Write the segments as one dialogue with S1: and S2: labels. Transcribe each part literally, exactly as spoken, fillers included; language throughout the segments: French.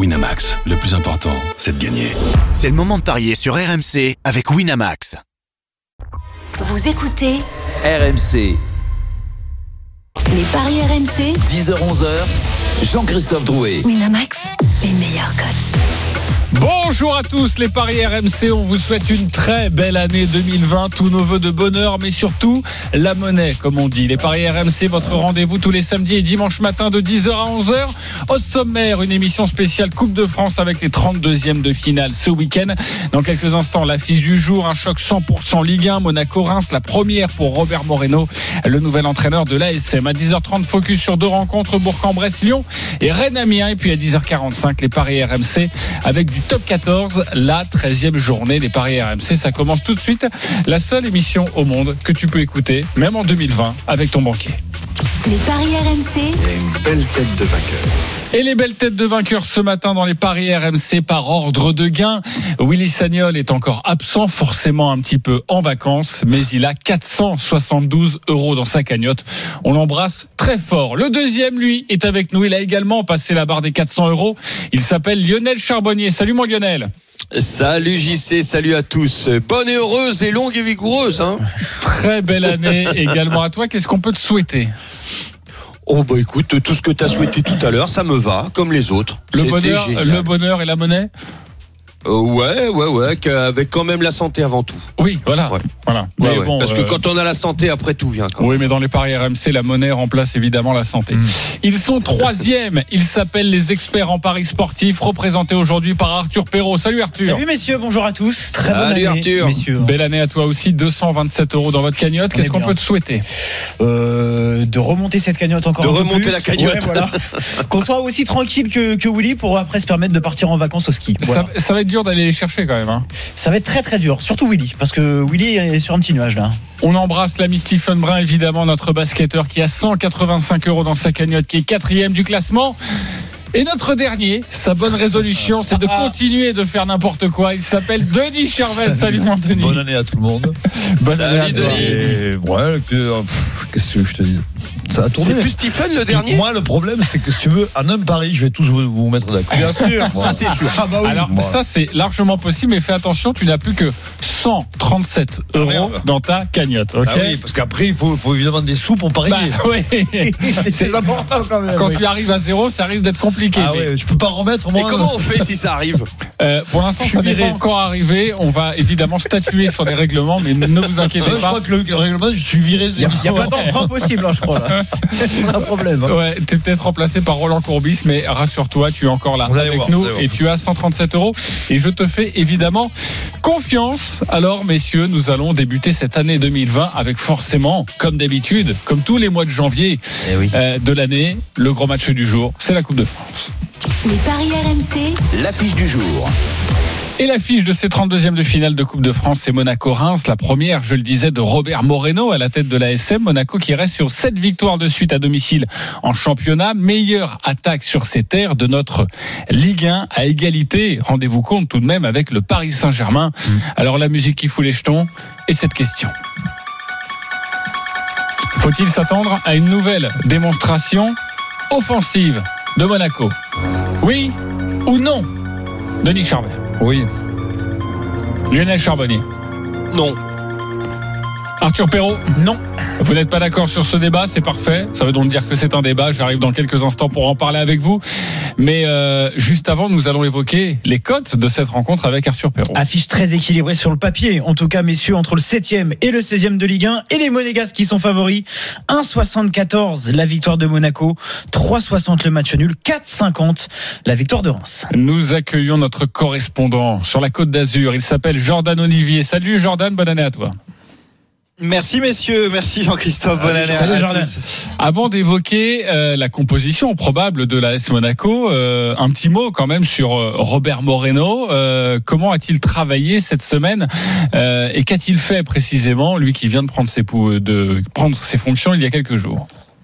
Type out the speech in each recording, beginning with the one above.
S1: Winamax, le plus important, c'est de gagner.
S2: C'est le moment de parier sur R M C avec Winamax.
S3: Vous écoutez
S4: R M C.
S3: Les paris R M C.
S4: dix heures onze heures, Jean-Christophe Drouet.
S3: Winamax, les meilleurs codes.
S5: Bonjour à tous les paris R M C, on vous souhaite une très belle année deux mille vingt, tous nos vœux de bonheur, mais surtout la monnaie comme on dit. Les paris R M C, votre rendez-vous tous les samedis et dimanches matin de dix heures à onze heures. Au sommaire, une émission spéciale Coupe de France avec les trente-deuxièmes de finale ce week-end. Dans quelques instants, l'affiche du jour, un choc cent pour cent Ligue un, Monaco-Reims, la première pour Robert Moreno, le nouvel entraîneur de l'A S M. À dix heures trente, focus sur deux rencontres, Bourg-en-Bresse-Lyon et Rennes-Amiens. Et puis à dix heures quarante-cinq, les paris R M C avec du top quatorze, la treizième journée des paris R M C. Ça commence tout de suite. La seule émission au monde que tu peux écouter, même en deux mille vingt, avec ton banquier.
S3: Les paris R M C.
S6: Il y a une belle tête de vainqueur.
S5: Et les belles têtes de vainqueurs ce matin dans les paris R M C par ordre de gain. Willy Sagnol est encore absent, forcément un petit peu en vacances, mais il a quatre cent soixante-douze euros dans sa cagnotte. On l'embrasse très fort. Le deuxième, lui, est avec nous. Il a également passé la barre des quatre cents euros. Il s'appelle Lionel Charbonnier. Salut mon Lionel.
S7: Salut J C, salut à tous. Bonne et heureuse et longue et vigoureuse. Hein.
S5: Très belle année également à toi. Qu'est-ce qu'on peut te souhaiter ?
S7: Oh bah écoute, tout ce que tu as souhaité tout à l'heure, ça me va, comme les autres.
S5: Le
S7: C'était
S5: bonheur,
S7: génial.
S5: le bonheur et la monnaie ?
S7: Euh, ouais, ouais, ouais, avec quand même la santé avant tout.
S5: Oui, voilà.
S7: Ouais.
S5: voilà.
S7: Ouais,
S5: Mais
S7: ouais.
S5: bon,
S7: Parce
S5: euh...
S7: que quand on a la santé, après tout vient quand même.
S5: Oui, mais dans les paris R M C, la monnaie remplace évidemment la santé. Mmh. Ils sont troisième. Ils s'appellent les experts en paris sportifs, représentés aujourd'hui par Arthur Perrault. Salut Arthur.
S8: Salut messieurs, bonjour à tous. Très
S7: Salut
S8: bonne année,
S7: Arthur.
S8: messieurs.
S5: Belle année à toi aussi. deux cent vingt-sept euros dans votre cagnotte. Qu'est-ce qu'on
S8: bien.
S5: peut te souhaiter ?
S8: euh, De remonter cette cagnotte encore
S7: de
S8: un peu
S7: remonter
S8: plus.
S7: la cagnotte.
S8: Ouais, voilà. Qu'on soit aussi tranquille que, que Willy pour après se permettre de partir en vacances au ski. Voilà.
S5: ça, ça va être dur d'aller les chercher quand même. Hein.
S8: Ça va être très très dur, surtout Willy, parce que Willy est sur un petit nuage là.
S5: On embrasse l'ami Stephen Brun, évidemment, notre basketteur qui a cent quatre-vingt-cinq euros dans sa cagnotte, qui est quatrième du classement. Et notre dernier, sa bonne résolution, c'est de continuer de faire n'importe quoi. Il s'appelle Denis Charvet. Salut mon Denis.
S6: Bonne année à tout le monde.
S5: Bonne
S7: Salut
S5: année à toi.
S7: Denis.
S6: Et ouais, que, pff, qu'est-ce que je te dis ? Ça a tourné.
S7: C'est plus Stephen le dernier ?
S6: Moi, le problème, c'est que si tu veux, en un pari, je vais tous vous, vous mettre d'accord.
S8: Bien sûr,
S7: Ça c'est sûr.
S8: Ah bah oui.
S5: Alors
S6: Voilà.
S5: ça c'est largement possible, mais fais attention, tu n'as plus que cent trente-sept euros
S6: merde.
S5: dans ta cagnotte. Ok.
S6: Ah oui, parce qu'après, il faut, faut évidemment des sous pour parier.
S5: Bah, oui.
S8: c'est
S5: C'est-
S8: important quand même.
S5: Quand
S8: oui.
S5: tu arrives à zéro, ça risque d'être compliqué.
S6: Ah
S5: mais,
S6: ouais, je peux pas remettre
S7: Et
S6: moi.
S7: comment on fait si ça arrive ?
S5: euh, pour l'instant,
S6: Je
S5: ça
S6: suis
S5: n'est pas
S6: viré.
S5: encore arrivé. On va évidemment statuer sur les règlements, mais ne vous inquiétez
S6: Ouais, je
S5: pas.
S6: crois que le, le règlement, je suis viré.
S8: Il n'y a, y a pas d'emprunt possible, hein, je crois. Là. C'est un problème. Hein.
S5: Ouais, t'es peut-être remplacé par Roland Courbis, mais rassure-toi, tu es encore là
S6: Vous allez
S5: avec
S6: voir,
S5: nous
S6: vous allez voir.
S5: et tu as cent trente-sept euros. Et je te fais évidemment confiance. Alors, messieurs, nous allons débuter cette année deux mille vingt avec forcément, comme d'habitude, comme tous les mois de janvier
S8: Eh oui.
S5: euh, de l'année, le grand match du jour, c'est la Coupe de France.
S3: Les paris R M C.
S4: L'affiche du jour.
S5: Et l'affiche de ces trente-deuxièmes de finale de Coupe de France, c'est Monaco-Reims. La première, je le disais, de Robert Moreno à la tête de l'A S M. Monaco qui reste sur sept victoires de suite à domicile en championnat. Meilleure attaque sur ses terres de notre Ligue un à égalité. Rendez-vous compte tout de même avec le Paris Saint-Germain. Mmh. Alors la musique qui fout les jetons et cette question. Faut-il s'attendre à une nouvelle démonstration offensive de Monaco ? Oui ou non ? Denis Charvet.
S6: Oui.
S5: Lionel Charbonnier.
S7: Non.
S5: Arthur Perrault.
S8: Non.
S5: Vous n'êtes pas d'accord sur ce débat, c'est parfait. Ça veut donc dire que c'est un débat. J'arrive dans quelques instants pour en parler avec vous. Mais euh, juste avant, nous allons évoquer les cotes de cette rencontre avec Arthur Perrault.
S8: Affiche très équilibrée sur le papier. En tout cas, messieurs, entre le septième et le seizième de Ligue un. Et les Monégasques qui sont favoris. un virgule soixante-quatorze la victoire de Monaco. trois virgule soixante le match nul. quatre virgule cinquante la victoire de Reims.
S5: Nous accueillons notre correspondant sur la Côte d'Azur. Il s'appelle Jordan Olivier. Salut Jordan, bonne année à toi.
S9: Merci messieurs, merci Jean-Christophe, bonne année
S8: Salut
S9: à
S8: Jordan.
S9: tous.
S5: Avant d'évoquer euh, la composition probable de l'A S Monaco, euh, un petit mot quand même sur euh, Robert Moreno. Euh, comment a-t-il travaillé cette semaine euh, et qu'a-t-il fait précisément, lui qui vient de prendre ses, pou- de prendre ses fonctions il y a quelques jours ?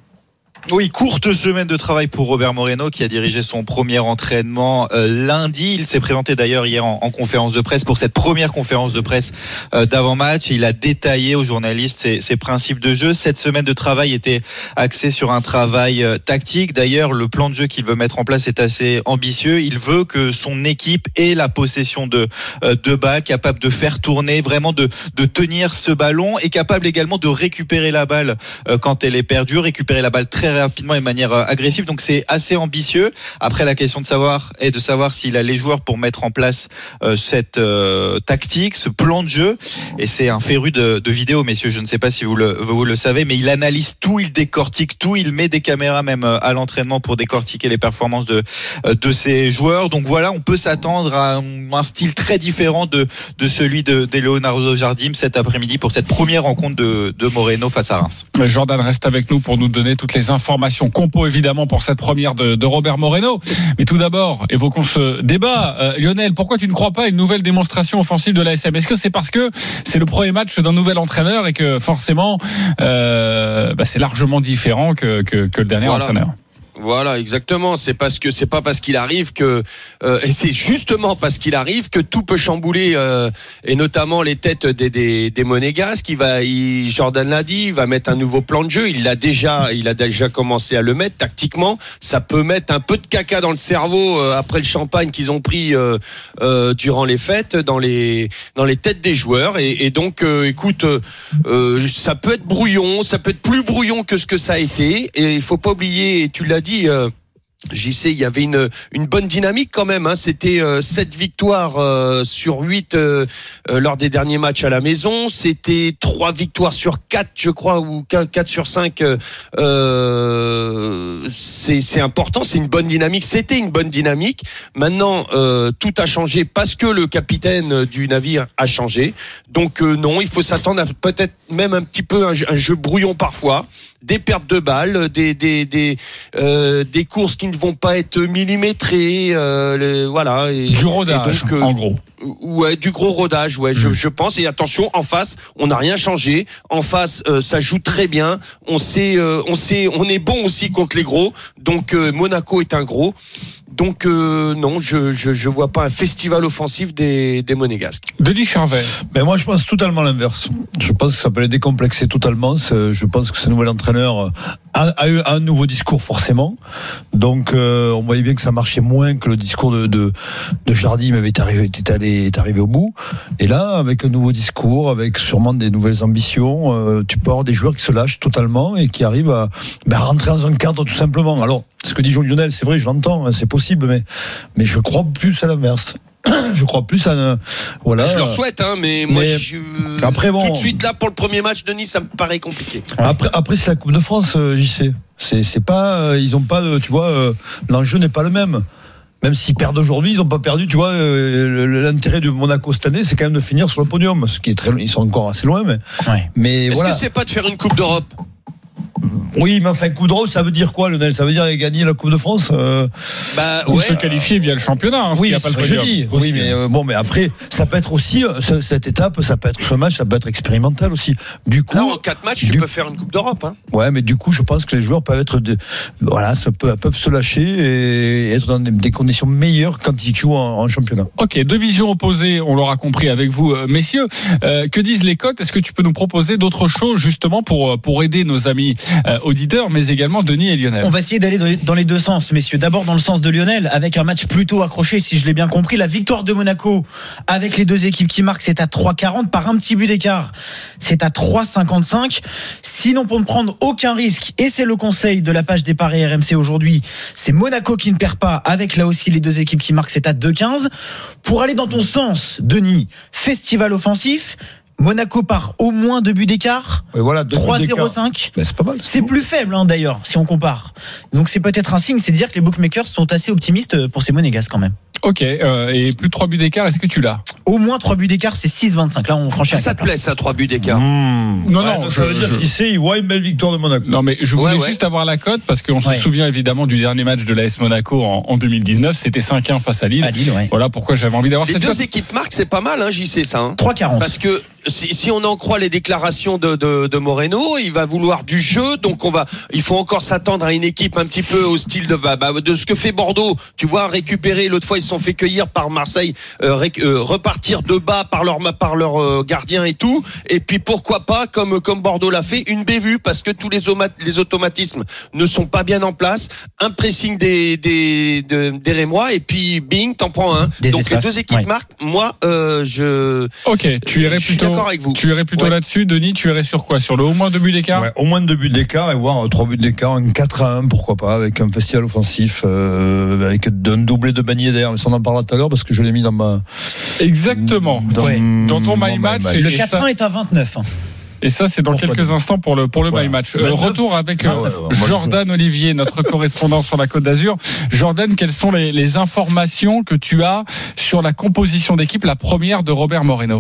S9: Oui, courte semaine de travail pour Robert Moreno qui a dirigé son premier entraînement euh, lundi. Il s'est présenté d'ailleurs hier en, en conférence de presse pour cette première conférence de presse euh, d'avant-match. Il a détaillé aux journalistes ses, ses principes de jeu. Cette semaine de travail était axée sur un travail euh, tactique. D'ailleurs, le plan de jeu qu'il veut mettre en place est assez ambitieux. Il veut que son équipe ait la possession de, euh, de balles, capable de faire tourner, vraiment de, de tenir ce ballon et capable également de récupérer la balle euh, quand elle est perdue, récupérer la balle très rapidement et de manière agressive. Donc c'est assez ambitieux. Après, la question de savoir est de savoir s'il a les joueurs pour mettre en place euh, cette euh, tactique, ce plan de jeu. Et c'est un féru de, de vidéos, messieurs. Je ne sais pas si vous le, vous le savez, mais il analyse tout, il décortique tout, il met des caméras même à l'entraînement pour décortiquer les performances de de ses joueurs. Donc voilà, on peut s'attendre à un, un style très différent de de celui de, de Leonardo Jardim cet après-midi pour cette première rencontre de, de Moreno face à Reims.
S5: Jordan reste avec nous pour nous donner toutes les informations compo évidemment pour cette première de, de Robert Moreno. Mais tout d'abord, évoquons ce débat. Euh, Lionel, pourquoi tu ne crois pas à une nouvelle démonstration offensive de l'A S M ? Est-ce que c'est parce que c'est le premier match d'un nouvel entraîneur et que forcément euh, bah, c'est largement différent que, que, que le dernier
S7: voilà.
S5: entraîneur ?
S7: Voilà, exactement. C'est parce que c'est pas parce qu'il arrive que euh, et c'est justement parce qu'il arrive que tout peut chambouler euh, et notamment les têtes des des, des Monégasques. Il va, il, Jordan l'a dit, il va mettre un nouveau plan de jeu. Il l'a déjà, il a déjà commencé à le mettre tactiquement. Ça peut mettre un peu de caca dans le cerveau euh, après le champagne qu'ils ont pris euh, euh, durant les fêtes dans les dans les têtes des joueurs. Et, et donc, euh, écoute, euh, ça peut être brouillon, ça peut être plus brouillon que ce que ça a été. Et il faut pas oublier, et tu l'as dit. Euh, J'y sais, il y avait une une bonne dynamique quand même. Hein. C'était euh, sept victoires euh, sur huit euh, euh, lors des derniers matchs à la maison. C'était trois victoires sur quatre, je crois, ou quatre sur cinq. Euh, c'est c'est important. C'est une bonne dynamique. C'était une bonne dynamique. Maintenant, euh, tout a changé parce que le capitaine du navire a changé. Donc euh, non, il faut s'attendre à peut-être même un petit peu un, un jeu brouillon parfois. Des pertes de balles, des des des euh, des courses qui ne vont pas être millimétrées, euh, les, voilà. Et,
S5: du rodage,
S7: et donc, euh,
S5: en gros.
S7: Ouais, du gros rodage, ouais. Mmh. Je, je pense. Et attention, en face, on n'a rien changé. En face, euh, ça joue très bien. On sait, euh, on sait, on est bon aussi contre les gros. Donc euh, Monaco est un gros. Donc euh, non, je, je je vois pas un festival offensif des des Monégasques.
S5: Denis Charvet.
S6: Ben moi je pense totalement l'inverse. Je pense que ça peut les décomplexer totalement. Je pense que ce nouvel entraîneur a, a eu un nouveau discours forcément. Donc euh, on voyait bien que ça marchait moins que le discours de de, de Jardim avait été arrivé, était allé, est arrivé au bout. Et là avec un nouveau discours, avec sûrement des nouvelles ambitions, euh, tu peux avoir des joueurs qui se lâchent totalement et qui arrivent à, ben, à rentrer dans un cadre tout simplement. Alors ce que dit Jean Lionel, c'est vrai, je l'entends, hein, c'est possible, mais mais je crois plus à l'inverse. Je crois plus à voilà.
S7: Je leur souhaite, hein, mais, mais moi, je,
S6: après bon,
S7: tout de suite là pour le premier match de Nice, ça me paraît compliqué.
S6: Après, après c'est la Coupe de France, euh, j'y sais. C'est, c'est pas, euh, ils ont pas, euh, tu vois, euh, l'enjeu n'est pas le même. Même s'ils perdent aujourd'hui, ils ont pas perdu, tu vois. Euh, l'intérêt de Monaco cette année, c'est quand même de finir sur le podium, ce qui est très, ils sont encore assez loin, mais.
S8: Ouais.
S6: Mais
S7: Est-ce
S6: voilà.
S7: que c'est pas de faire une Coupe d'Europe?
S6: Oui, mais enfin, coup de rose, ça veut dire quoi, Lionel ? Ça veut dire gagner la Coupe de France euh...
S7: Bah,
S5: Ou
S7: ouais.
S5: se qualifier via le championnat. Hein,
S6: oui,
S5: y a
S6: c'est
S5: pas
S6: ce
S5: le
S6: que je
S5: podium.
S6: dis. Oui, mais euh, bon, mais après, ça peut être aussi euh, cette étape, ça peut être ce match, ça peut être expérimental aussi. Du coup,
S7: là, en quatre matchs, tu
S6: du...
S7: peux faire une Coupe d'Europe. Hein.
S6: Ouais, mais du coup, je pense que les joueurs peuvent être, de... voilà, ça peut, peuvent se lâcher et être dans des conditions meilleures quand ils jouent en, en championnat.
S5: Ok, deux visions opposées, on l'aura compris avec vous, messieurs. Euh, que disent les cotes ? Est-ce que tu peux nous proposer d'autres choses justement pour pour aider nos amis euh, auditeurs, mais également Denis et Lionel ?
S8: On va essayer d'aller dans les, dans les deux sens, messieurs. D'abord dans le sens de Lionel, avec un match plutôt accroché, si je l'ai bien compris. La victoire de Monaco, avec les deux équipes qui marquent, c'est à trois quarante. Par un petit but d'écart, c'est à trois cinquante-cinq. Sinon, pour ne prendre aucun risque, et c'est le conseil de la page des paris R M C aujourd'hui, c'est Monaco qui ne perd pas, avec là aussi les deux équipes qui marquent, c'est à deux quinze. Pour aller dans ton sens, Denis, festival offensif, Monaco par au moins deux buts d'écart,
S6: ouais, voilà,
S8: trois zéro cinq.
S6: Ben, c'est pas mal. C'est,
S8: c'est
S6: bon.
S8: plus faible hein, d'ailleurs, si on compare. Donc c'est peut-être un signe, c'est dire que les bookmakers sont assez optimistes pour ces Monégasques quand même.
S5: Ok, euh, et plus de trois buts d'écart, est-ce que tu l'as ?
S8: Au moins trois buts d'écart, c'est six vingt-cinq. Là, on franchit un
S7: Ça
S8: cap,
S7: te plaît, ça, trois buts d'écart?
S6: Mmh.
S5: Non,
S6: Ouais,
S5: non,
S6: donc
S5: je-
S6: ça veut dire
S5: je-
S6: qu'il sait, il voit une belle victoire de Monaco.
S5: Non, mais je voulais
S7: Ouais, ouais.
S5: juste avoir la cote parce qu'on
S8: Ouais.
S5: se souvient évidemment du dernier match de l'A S Monaco en, en deux mille dix-neuf. C'était cinq un face à Lille.
S8: À Lille, ouais.
S5: Voilà pourquoi j'avais envie d'avoir
S7: Les
S5: cette
S7: deux
S5: cote.
S7: équipes marquent, c'est pas mal, hein, J C, ça. Hein.
S8: trois quarante.
S7: Parce que si, si on en croit les déclarations de, de, de Moreno, il va vouloir du jeu, donc on va, il faut encore s'attendre à une équipe un petit peu au style de, bah, bah, de ce que fait Bordeaux. Tu vois, récupérer, l'autre fois ils se sont fait cueillir par Marseille, euh, ré, euh, repartir de bas par leur, par leur euh, gardien et tout, et puis pourquoi pas, comme, comme Bordeaux l'a fait, une bévue, parce que tous les, oma- les automatismes ne sont pas bien en place, un pressing des, des, de- des Rémois, et puis bing, t'en prends un.
S8: Des
S7: donc
S8: espaces,
S7: les deux équipes
S8: ouais.
S7: marquent, moi, euh, je...
S5: Ok, tu irais
S7: Je suis
S5: plutôt.
S7: d'accord avec vous.
S5: Tu irais plutôt
S7: Ouais.
S5: là-dessus, Denis. Tu irais sur quoi? Sur le au moins deux buts d'écart.
S6: Ouais, au moins deux buts d'écart et voire euh, trois buts d'écart, un quatre à un, pourquoi pas, avec un festival offensif, euh, avec un doublé de Bagné d'air, mais ça on en parlera tout à l'heure parce que je l'ai mis dans ma.
S5: Exactement.
S6: Dans,
S8: Ouais.
S5: Dans ton
S6: mon
S5: my match,
S6: my
S5: et
S8: Le
S5: Et
S8: quatre
S5: ça-
S8: un est à vingt-neuf. hein.
S5: Et ça, c'est dans
S6: Pourquoi
S5: quelques
S6: pas.
S5: instants pour le pour le
S6: Voilà.
S5: my match. Euh,
S6: vingt-neuf.
S5: retour avec euh,
S6: Ah ouais, ouais, moi,
S5: Jordan Olivier, notre correspondant sur la Côte d'Azur. Jordan, quelles sont les, les informations que tu as sur la composition d'équipe, la première de Robert Moreno?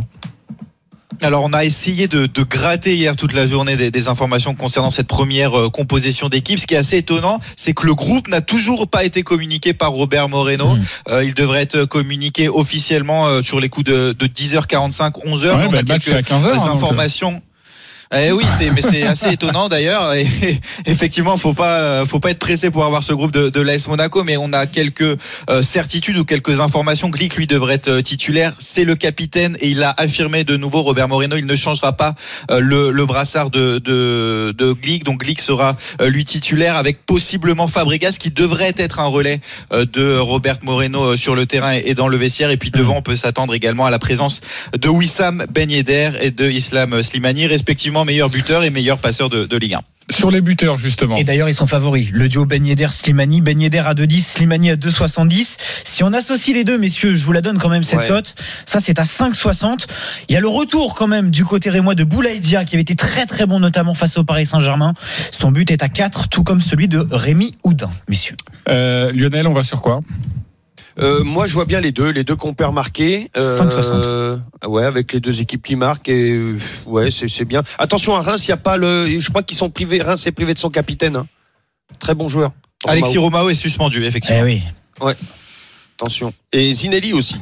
S9: Alors on a essayé de, de gratter hier toute la journée des, des informations concernant cette première euh, composition d'équipe. Ce qui est assez étonnant, c'est que le groupe n'a toujours pas été communiqué par Robert Moreno.
S8: Mmh.
S9: Euh, il devrait être communiqué officiellement euh, sur les coups de, de dix heures quarante-cinq, onze heures.
S5: Ouais,
S9: on
S5: bah,
S9: a
S5: le match,
S9: quelques
S5: c'est à quinze heures, hein, donc,
S9: informations. Eh oui, c'est mais c'est assez étonnant d'ailleurs. Et effectivement, faut pas faut pas être pressé pour avoir ce groupe de, de l'A S Monaco, mais on a quelques euh, certitudes ou quelques informations. Glick lui devrait être titulaire. C'est le capitaine et il a affirmé de nouveau, Robert Moreno, il ne changera pas euh, le, le brassard de de, de Glick. Donc Glick sera euh, lui titulaire avec possiblement Fabregas qui devrait être un relais euh, de Robert Moreno euh, sur le terrain et, et dans le vestiaire. Et puis devant, on peut s'attendre également à la présence de Wissam Ben Yedder et de Islam Slimani, respectivement meilleur buteur et meilleur passeur de, de Ligue un.
S5: Sur les buteurs, justement.
S8: Et d'ailleurs, ils sont favoris. Le duo Ben Yedder Slimani, Ben Yedder à deux dix, Slimani à deux soixante-dix. Si on associe les deux, messieurs, je vous la donne quand même cette
S7: Ouais.
S8: cote. Ça, c'est à cinq soixante. Il y a le retour quand même du côté rémois de Boulaïdia qui avait été très très bon, notamment face au Paris Saint-Germain. Son but est à quatre, tout comme celui de Rémi Houdin, messieurs.
S5: Euh, Lionel, on va sur quoi?
S7: Euh, moi, je vois bien les deux, les deux compères marqués. Euh,
S8: cinq soixante.
S7: Ouais, avec les deux équipes qui marquent et euh, ouais, c'est c'est bien. Attention à Reims, il y a pas le. Je crois qu'ils sont privés. Reims est privé de son capitaine. Hein. Très bon joueur.
S9: Alexis Romao est suspendu, effectivement.
S8: Eh oui.
S7: Attention. Et Zinelli aussi.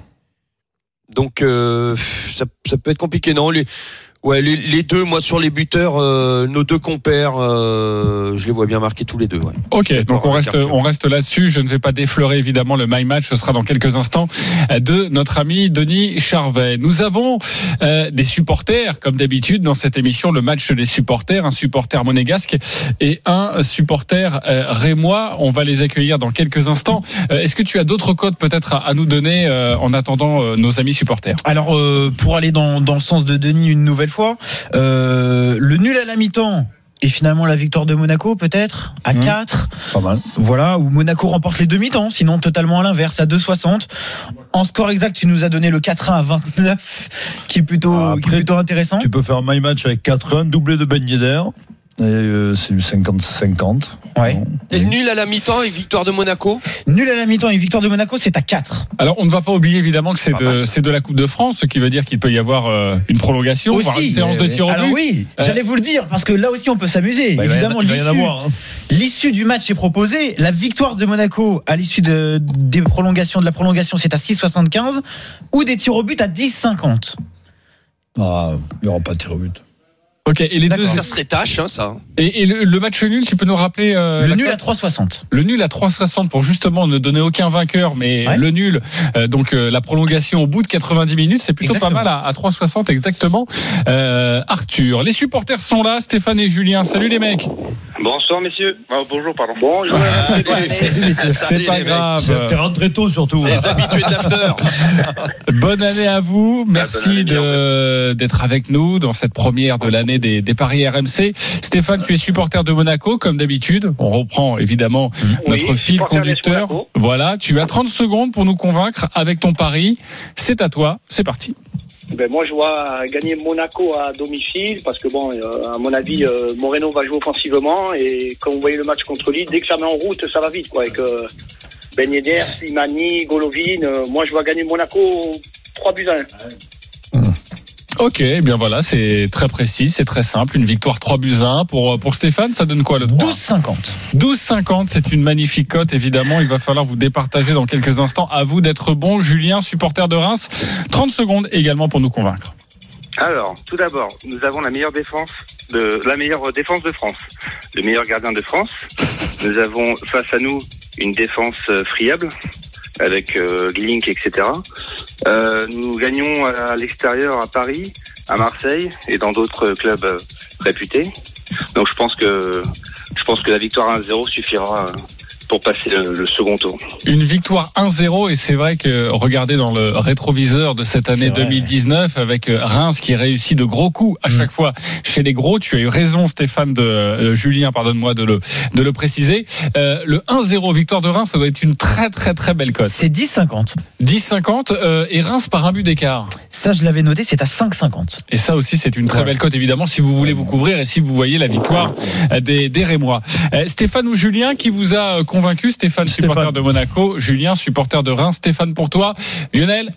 S7: Donc euh, ça, ça peut être compliqué, non les, Ouais, les, les deux, moi sur les buteurs, euh, nos deux compères, euh, je les vois bien marqués tous les deux. Ouais.
S5: Ok,
S7: D'accord,
S5: donc on
S7: avec
S5: reste,
S7: Arthur.
S5: on reste là-dessus. Je ne vais pas déflorer évidemment le My Match. Ce sera dans quelques instants de notre ami Denis Charvet. Nous avons euh, des supporters, comme d'habitude dans cette émission, le match des supporters, un supporter monégasque et un supporter euh, rémois. On va les accueillir dans quelques instants. Euh, est-ce que tu as d'autres codes peut-être à, à nous donner euh, en attendant euh, nos amis supporters?
S8: Alors, euh, pour aller dans, dans le sens de Denis une nouvelle fois, euh, le nul à la mi-temps et finalement la victoire de Monaco peut-être à
S6: Mmh.
S8: quatre.
S6: Pas mal.
S8: Voilà, où Monaco remporte les deux mi-temps, sinon totalement à l'inverse, à deux soixante. En score exact, tu nous as donné le quatre un à vingt-neuf, qui est plutôt,
S6: Ah, après,
S8: qui est plutôt intéressant.
S6: Tu peux faire un my match avec quatre un, doublé de Ben Yedder. Et euh, c'est du cinquante cinquante.
S8: Ouais.
S6: Bon.
S7: Et nul à la mi-temps et victoire de Monaco.
S8: Nul à la mi-temps et victoire de Monaco, c'est à quatre.
S5: Alors, on ne va pas oublier évidemment que c'est
S7: Pas
S5: de,
S7: mal, ça.
S5: c'est de la Coupe de France, ce qui veut dire qu'il peut y avoir euh, une prolongation, voire une séance de
S6: mais-
S5: tir au
S8: Alors
S5: but.
S8: oui,
S5: Ouais.
S8: j'allais vous le dire, parce que là aussi on peut s'amuser.
S6: Bah, il va y en-
S8: Évidemment,
S6: il va y en
S8: l'issue,
S6: avoir, hein.
S8: l'issue du match est proposée. La victoire de Monaco à l'issue de, des prolongations, de la prolongation, c'est à six soixante-quinze, ou des tirs au but à dix cinquante.
S6: Ah, il n'y aura pas de tir au but.
S5: Ok, et les deux,
S8: D'accord.
S7: Ça serait tâche, hein, ça.
S5: et, et le, le match nul, tu peux nous rappeler euh,
S8: Le
S5: la
S8: nul
S5: cote
S8: à trois soixante.
S5: Le nul à trois soixante pour justement ne donner aucun vainqueur, mais
S8: Ouais.
S5: le nul, euh, donc euh, la prolongation au bout de quatre-vingt-dix minutes, c'est plutôt
S8: Exactement.
S5: pas mal à, à trois soixante exactement. Euh, Arthur, les supporters sont là, Stéphane et Julien. Salut les mecs.
S10: Bonsoir messieurs. Ah, bonjour, pardon. Bonjour.
S5: C'est
S7: Salut,
S5: pas
S7: les mecs.
S5: grave.
S6: T'es rentré tôt surtout.
S7: C'est les habitués de l'after.
S5: Bonne année à vous. Merci
S10: bonne année,
S5: de, d'être avec nous dans cette première de l'année des, des paris R M C. Stéphane, tu es supporter de Monaco, comme d'habitude. On reprend évidemment notre
S10: Oui,
S5: fil
S10: supporter de l'A S
S5: conducteur.
S10: Monaco.
S5: Voilà, tu as trente secondes pour nous convaincre avec ton pari. C'est à toi, c'est parti.
S10: Ben, moi, je vois gagner Monaco à domicile parce que, bon, euh, à mon avis, euh, Moreno va jouer offensivement et quand vous voyez le match contre Lille, dès que ça met en route, ça va vite, quoi. Avec euh, Ben Yedder, Slimani, Golovin, euh, moi, je vois gagner Monaco trois buts à un.
S5: Ok, eh bien voilà, c'est très précis, c'est très simple. Une victoire trois buts à un pour, pour Stéphane, ça donne quoi le trois?
S8: douze cinquante.
S5: douze cinquante, c'est une magnifique cote, évidemment. Il va falloir vous départager dans quelques instants. À vous d'être bon. Julien, supporter de Reims, trente secondes également pour nous convaincre.
S11: Alors, tout d'abord, nous avons la meilleure défense de la meilleure défense de France, le meilleur gardien de France. Nous avons face à nous une défense friable avec euh, Glink, et cetera. Euh, nous gagnons à l'extérieur à Paris, à Marseille et dans d'autres clubs euh, réputés. Donc je pense que je pense que la victoire un zéro suffira pour passer le, le second tour.
S5: Une victoire un zéro, et c'est vrai que regardez dans le rétroviseur de cette année deux mille dix-neuf avec Reims qui réussit de gros coups à chaque mmh. fois chez les gros. Tu as eu raison, Stéphane de euh, Julien, pardonne-moi de le de le préciser. Euh, le un zéro victoire de Reims, ça doit être une très très très belle cote.
S8: C'est dix cinquante.
S5: dix cinquante euh, et Reims par un but d'écart.
S8: Ça je l'avais noté, c'est à cinq cinquante.
S5: Et ça aussi c'est une très ouais. belle cote évidemment si vous voulez vous couvrir et si vous voyez la victoire des des Rémois. Euh, Stéphane ou Julien qui vous a convaincu? Stéphane, Stéphane, supporter de Monaco. Julien, supporter de Reims. Stéphane, pour toi. Lionel?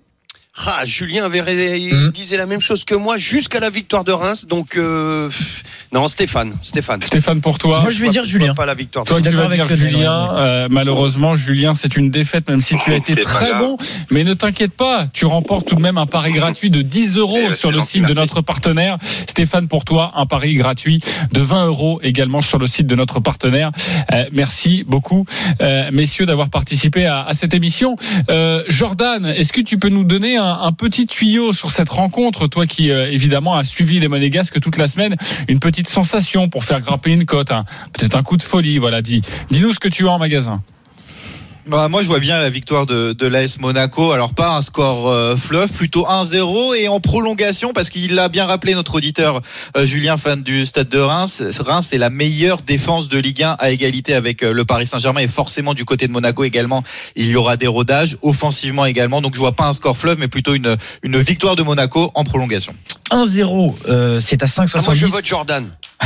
S7: Ah, Julien avait, il mmh. disait la même chose que moi jusqu'à la victoire de Reims. Donc, euh, non, Stéphane. Stéphane.
S5: Stéphane pour toi.
S8: Moi, je vais dire Julien.
S7: Pas la victoire.
S5: Toi, tu vas dire Julien. Euh, malheureusement, Julien, c'est une défaite, même si tu as été très bon. Mais ne t'inquiète pas, tu remportes tout de même un pari gratuit de dix euros sur le site de notre partenaire. Stéphane, pour toi, un pari gratuit de vingt euros également sur le site de notre partenaire. Euh, merci beaucoup, euh, messieurs, d'avoir participé à, à cette émission. Euh, Jordan, est-ce que tu peux nous donner un Un petit tuyau sur cette rencontre, toi qui euh, évidemment as suivi les Monégasques toute la semaine, une petite sensation pour faire grimper une cote, hein, peut-être un coup de folie, voilà, dis, dis-nous ce que tu as en magasin.
S9: Bah, moi je vois bien la victoire de, de l'A S Monaco, alors pas un score euh, fluff, plutôt un zéro et en prolongation, parce qu'il l'a bien rappelé notre auditeur euh, Julien, fan du Stade de Reims. Reims c'est la meilleure défense de Ligue un à égalité avec euh, le Paris Saint-Germain, et forcément du côté de Monaco également il y aura des rodages offensivement également, donc je vois pas un score fluff mais plutôt une, une victoire de Monaco en prolongation.
S8: un zéro, euh, c'est à cinq soixante-dix.
S7: Ah, moi je vote Jordan.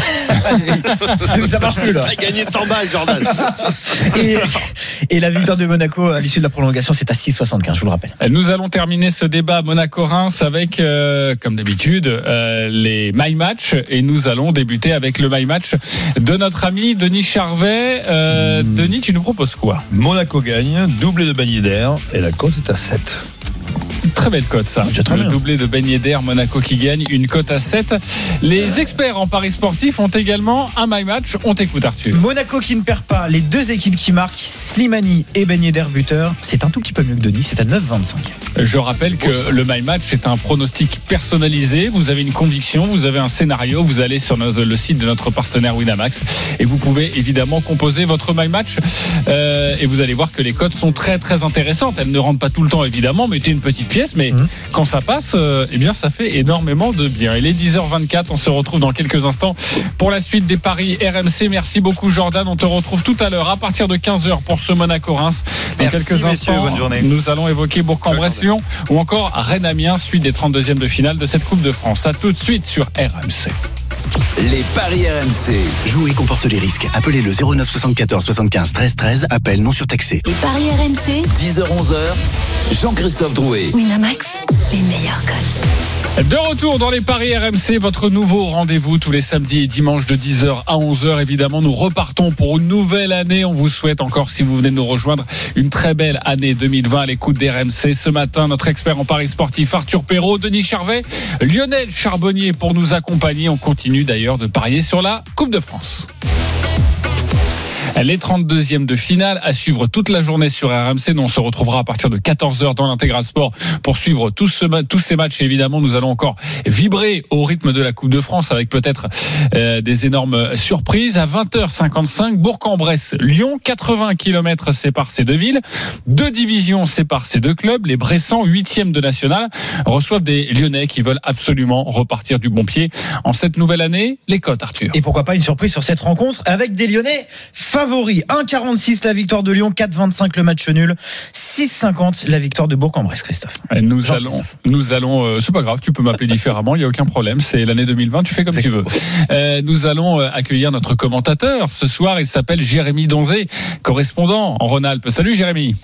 S8: Ça marche plus là.
S7: Il a gagné cent balles, Jordan.
S8: et, et la victoire de Monaco à l'issue de la prolongation, c'est à six soixante-quinze, je vous le rappelle.
S5: Nous allons terminer ce débat Monaco-Reims avec, euh, comme d'habitude, euh, les My Match, et nous allons débuter avec le My Match de notre ami Denis Charvet. Euh, mmh. Denis, tu nous proposes quoi?
S6: Monaco gagne, doublé de Ben Yedder, et la cote est à sept.
S5: Très belle cote, ça. Le doublé de Ben Yedder, Monaco qui gagne, une cote à sept. Les experts en paris sportifs ont également un My Match. On t'écoute, Arthur.
S8: Monaco qui ne perd pas, les deux équipes qui marquent, Slimani et Ben Yedder buteur. C'est un tout petit peu mieux que Denis, c'est à neuf vingt-cinq.
S5: Je rappelle que ça. Le My Match est un pronostic personnalisé. Vous avez une conviction, vous avez un scénario, vous allez sur notre, le site de notre partenaire Winamax et vous pouvez évidemment composer votre My Match. Euh, et vous allez voir que les cotes sont très très intéressantes. Elles ne rentrent pas tout le temps évidemment, mettez une petite pièce, mais mmh. quand ça passe, euh, eh bien ça fait énormément de bien. Il est dix heures vingt-quatre, on se retrouve dans quelques instants pour la suite des paris R M C. Merci beaucoup Jordan, on te retrouve tout à l'heure à partir de quinze heures pour ce Monaco-Reims. Dans
S9: Merci,
S5: quelques
S9: messieurs,
S5: instants,
S9: bonne journée.
S5: Nous allons évoquer Bourg-en-Bresse ou encore Rennes-Amiens, suite des trente-deuxièmes de finale de cette Coupe de France. À tout de suite sur R M C.
S4: Les paris R M C.
S2: Jouer comporte les risques. Appelez le zéro neuf soixante-quatorze soixante-quinze treize treize. Appel non surtaxé.
S3: Les paris R M C.
S4: dix heures onze heures. Jean-Christophe Drouet.
S3: Winamax, les meilleurs codes.
S5: De retour dans les paris R M C, votre nouveau rendez-vous tous les samedis et dimanches de dix heures à onze heures. Évidemment, nous repartons pour une nouvelle année. On vous souhaite encore, si vous venez de nous rejoindre, une très belle année deux mille vingt à l'écoute d'R M C. Ce matin, notre expert en paris sportif Arthur Perrault, Denis Charvet, Lionel Charbonnier pour nous accompagner. On continue d'ailleurs de parier sur la Coupe de France. Les trente-deuxièmes de finale à suivre toute la journée sur R M C. Nous on se retrouvera à partir de quatorze heures dans l'Intégral Sport pour suivre tous, ce, tous ces matchs. Et évidemment, nous allons encore vibrer au rythme de la Coupe de France avec peut-être euh, des énormes surprises. À vingt heures cinquante-cinq, Bourg-en-Bresse, Lyon, quatre-vingts kilomètres séparent ces deux villes. Deux divisions séparent ces deux clubs. Les Bressans, huitièmes de national, reçoivent des Lyonnais qui veulent absolument repartir du bon pied en cette nouvelle année. Les cotes, Arthur.
S8: Et pourquoi pas une surprise sur cette rencontre avec des Lyonnais favoris. un virgule quarante-six la victoire de Lyon, quatre virgule vingt-cinq le match nul, six virgule cinquante la victoire de Bourg-en-Bresse, Christophe.
S5: Et nous allons, nous allons, euh, c'est pas grave, tu peux m'appeler différemment, il n'y a aucun problème, c'est l'année deux mille vingt, tu fais comme Exactement. tu veux. Euh, nous allons accueillir notre commentateur ce soir, il s'appelle Jérémy Donzé, correspondant en Rhône-Alpes. Salut Jérémy.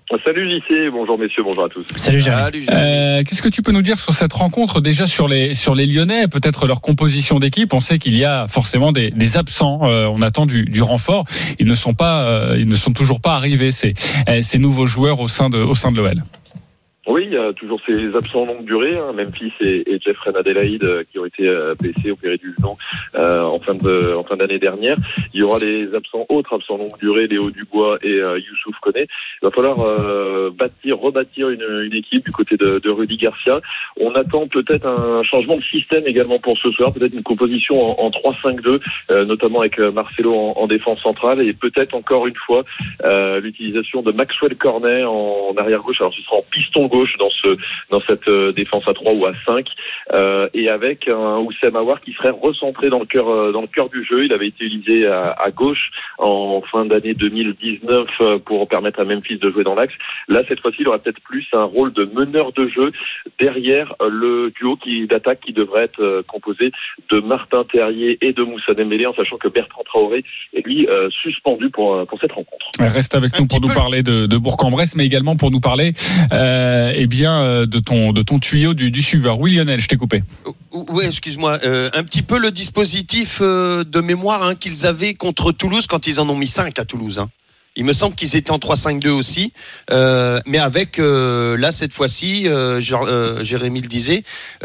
S12: Salut J C, bonjour messieurs, bonjour à tous.
S8: Salut Jérémy.
S5: Euh, qu'est-ce que tu peux nous dire sur cette rencontre, déjà sur les sur les Lyonnais, peut-être leur composition d'équipe? On sait qu'il y a forcément des, des absents. Euh, on attend du, du renfort. Ils ne sont pas, euh, ils ne sont toujours pas arrivés ces ces nouveaux joueurs au sein de au sein de l'O L.
S12: Oui, il y a toujours ces absents longue durée, hein, Memphis et, et Jeffrey Adelaide euh, qui ont été euh, blessés, opérés du genou euh, en fin de en fin d'année dernière. Il y aura les absents autres, absents longue durée, Léo Dubois et euh, Youssouf Koné. Il va falloir euh, bâtir, rebâtir une, une équipe du côté de, de Rudy Garcia. On attend peut-être un changement de système également pour ce soir, peut-être une composition en, en trois cinq deux, euh, notamment avec Marcelo en, en défense centrale et peut-être encore une fois euh, l'utilisation de Maxwell Cornet en, en arrière gauche. Alors ce sera en piston gauche dans ce dans cette euh, défense à trois ou à cinq euh, et avec un Oussem Aouar qui serait recentré dans le cœur euh, dans le cœur du jeu. Il avait été utilisé à, à gauche en fin d'année deux mille dix-neuf euh, pour permettre à Memphis de jouer dans l'axe. Là cette fois-ci il aura peut-être plus un rôle de meneur de jeu derrière euh, le duo qui d'attaque qui devrait être euh, composé de Martin Terrier et de Moussa Dembélé, en sachant que Bertrand Traoré est lui euh, suspendu pour pour cette rencontre.
S5: Reste avec nous pour nous parler de, de Bourg-en-Bresse, mais également pour nous parler euh, eh bien de ton de ton tuyau du, du suiveur. Oui Lionel, je t'ai coupé.
S7: Oui, excuse-moi. Euh, un petit peu le dispositif euh, de mémoire hein, qu'ils avaient contre Toulouse quand ils en ont mis cinq à Toulouse. Hein. Il me semble qu'ils étaient en trois cinq deux aussi, euh, mais avec euh, là cette fois-ci, euh, genre, euh, Jérémy le disait,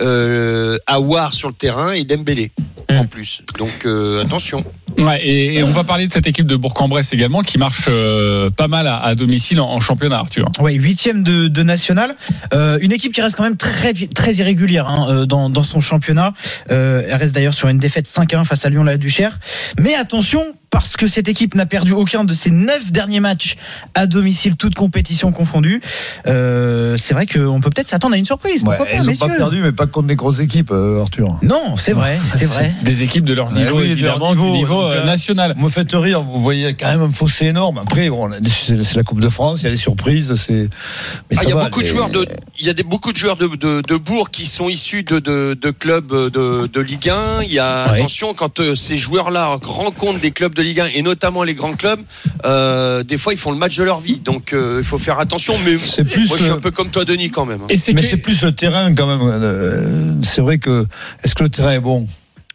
S7: euh, Aouar sur le terrain et Dembélé en plus. Donc euh, attention.
S5: Ouais, et, et on va parler de cette équipe de Bourg-en-Bresse également qui marche euh, pas mal à, à domicile en, en championnat, Arthur.
S8: Ouais, huitième de, de national. Euh, une équipe qui reste quand même très très irrégulière hein, dans dans son championnat. Euh, elle reste d'ailleurs sur une défaite cinq à un face à Lyon-la-Duchère. Mais attention, parce que cette équipe n'a perdu aucun de ses neuf derniers matchs à domicile, toutes compétitions confondues. Euh, c'est vrai qu'on peut peut-être s'attendre à une surprise. Pourquoi
S6: ouais,
S8: pas,
S6: ils
S8: messieurs.
S6: n'ont pas perdu, mais pas contre des grosses équipes, euh, Arthur.
S8: Non, c'est vrai, c'est vrai.
S5: Des équipes de leur niveau,
S6: oui,
S5: évidemment,
S6: de leur niveau,
S5: du niveau
S6: donc,
S5: euh, national.
S6: Vous me faites rire, vous voyez quand même un fossé énorme. Après, bon, c'est, c'est la Coupe de France, il y a des surprises. C'est... Mais
S7: ah,
S6: ça
S7: il y a
S6: va,
S7: beaucoup
S6: les...
S7: de joueurs de, il y a des, beaucoup de joueurs de, de, de Bourg qui sont issus de, de, de clubs de, de Ligue un. Il y a, ouais. Attention, quand euh, ces joueurs-là rencontrent des clubs de Ligue un et notamment les grands clubs, euh, des fois ils font le match de leur vie. Donc euh, il faut faire attention. Mais
S6: c'est plus
S7: moi je suis un peu comme toi, Denis, quand même.
S6: Et c'est mais que... c'est plus le terrain quand même. Euh, c'est vrai que est-ce que le terrain est bon?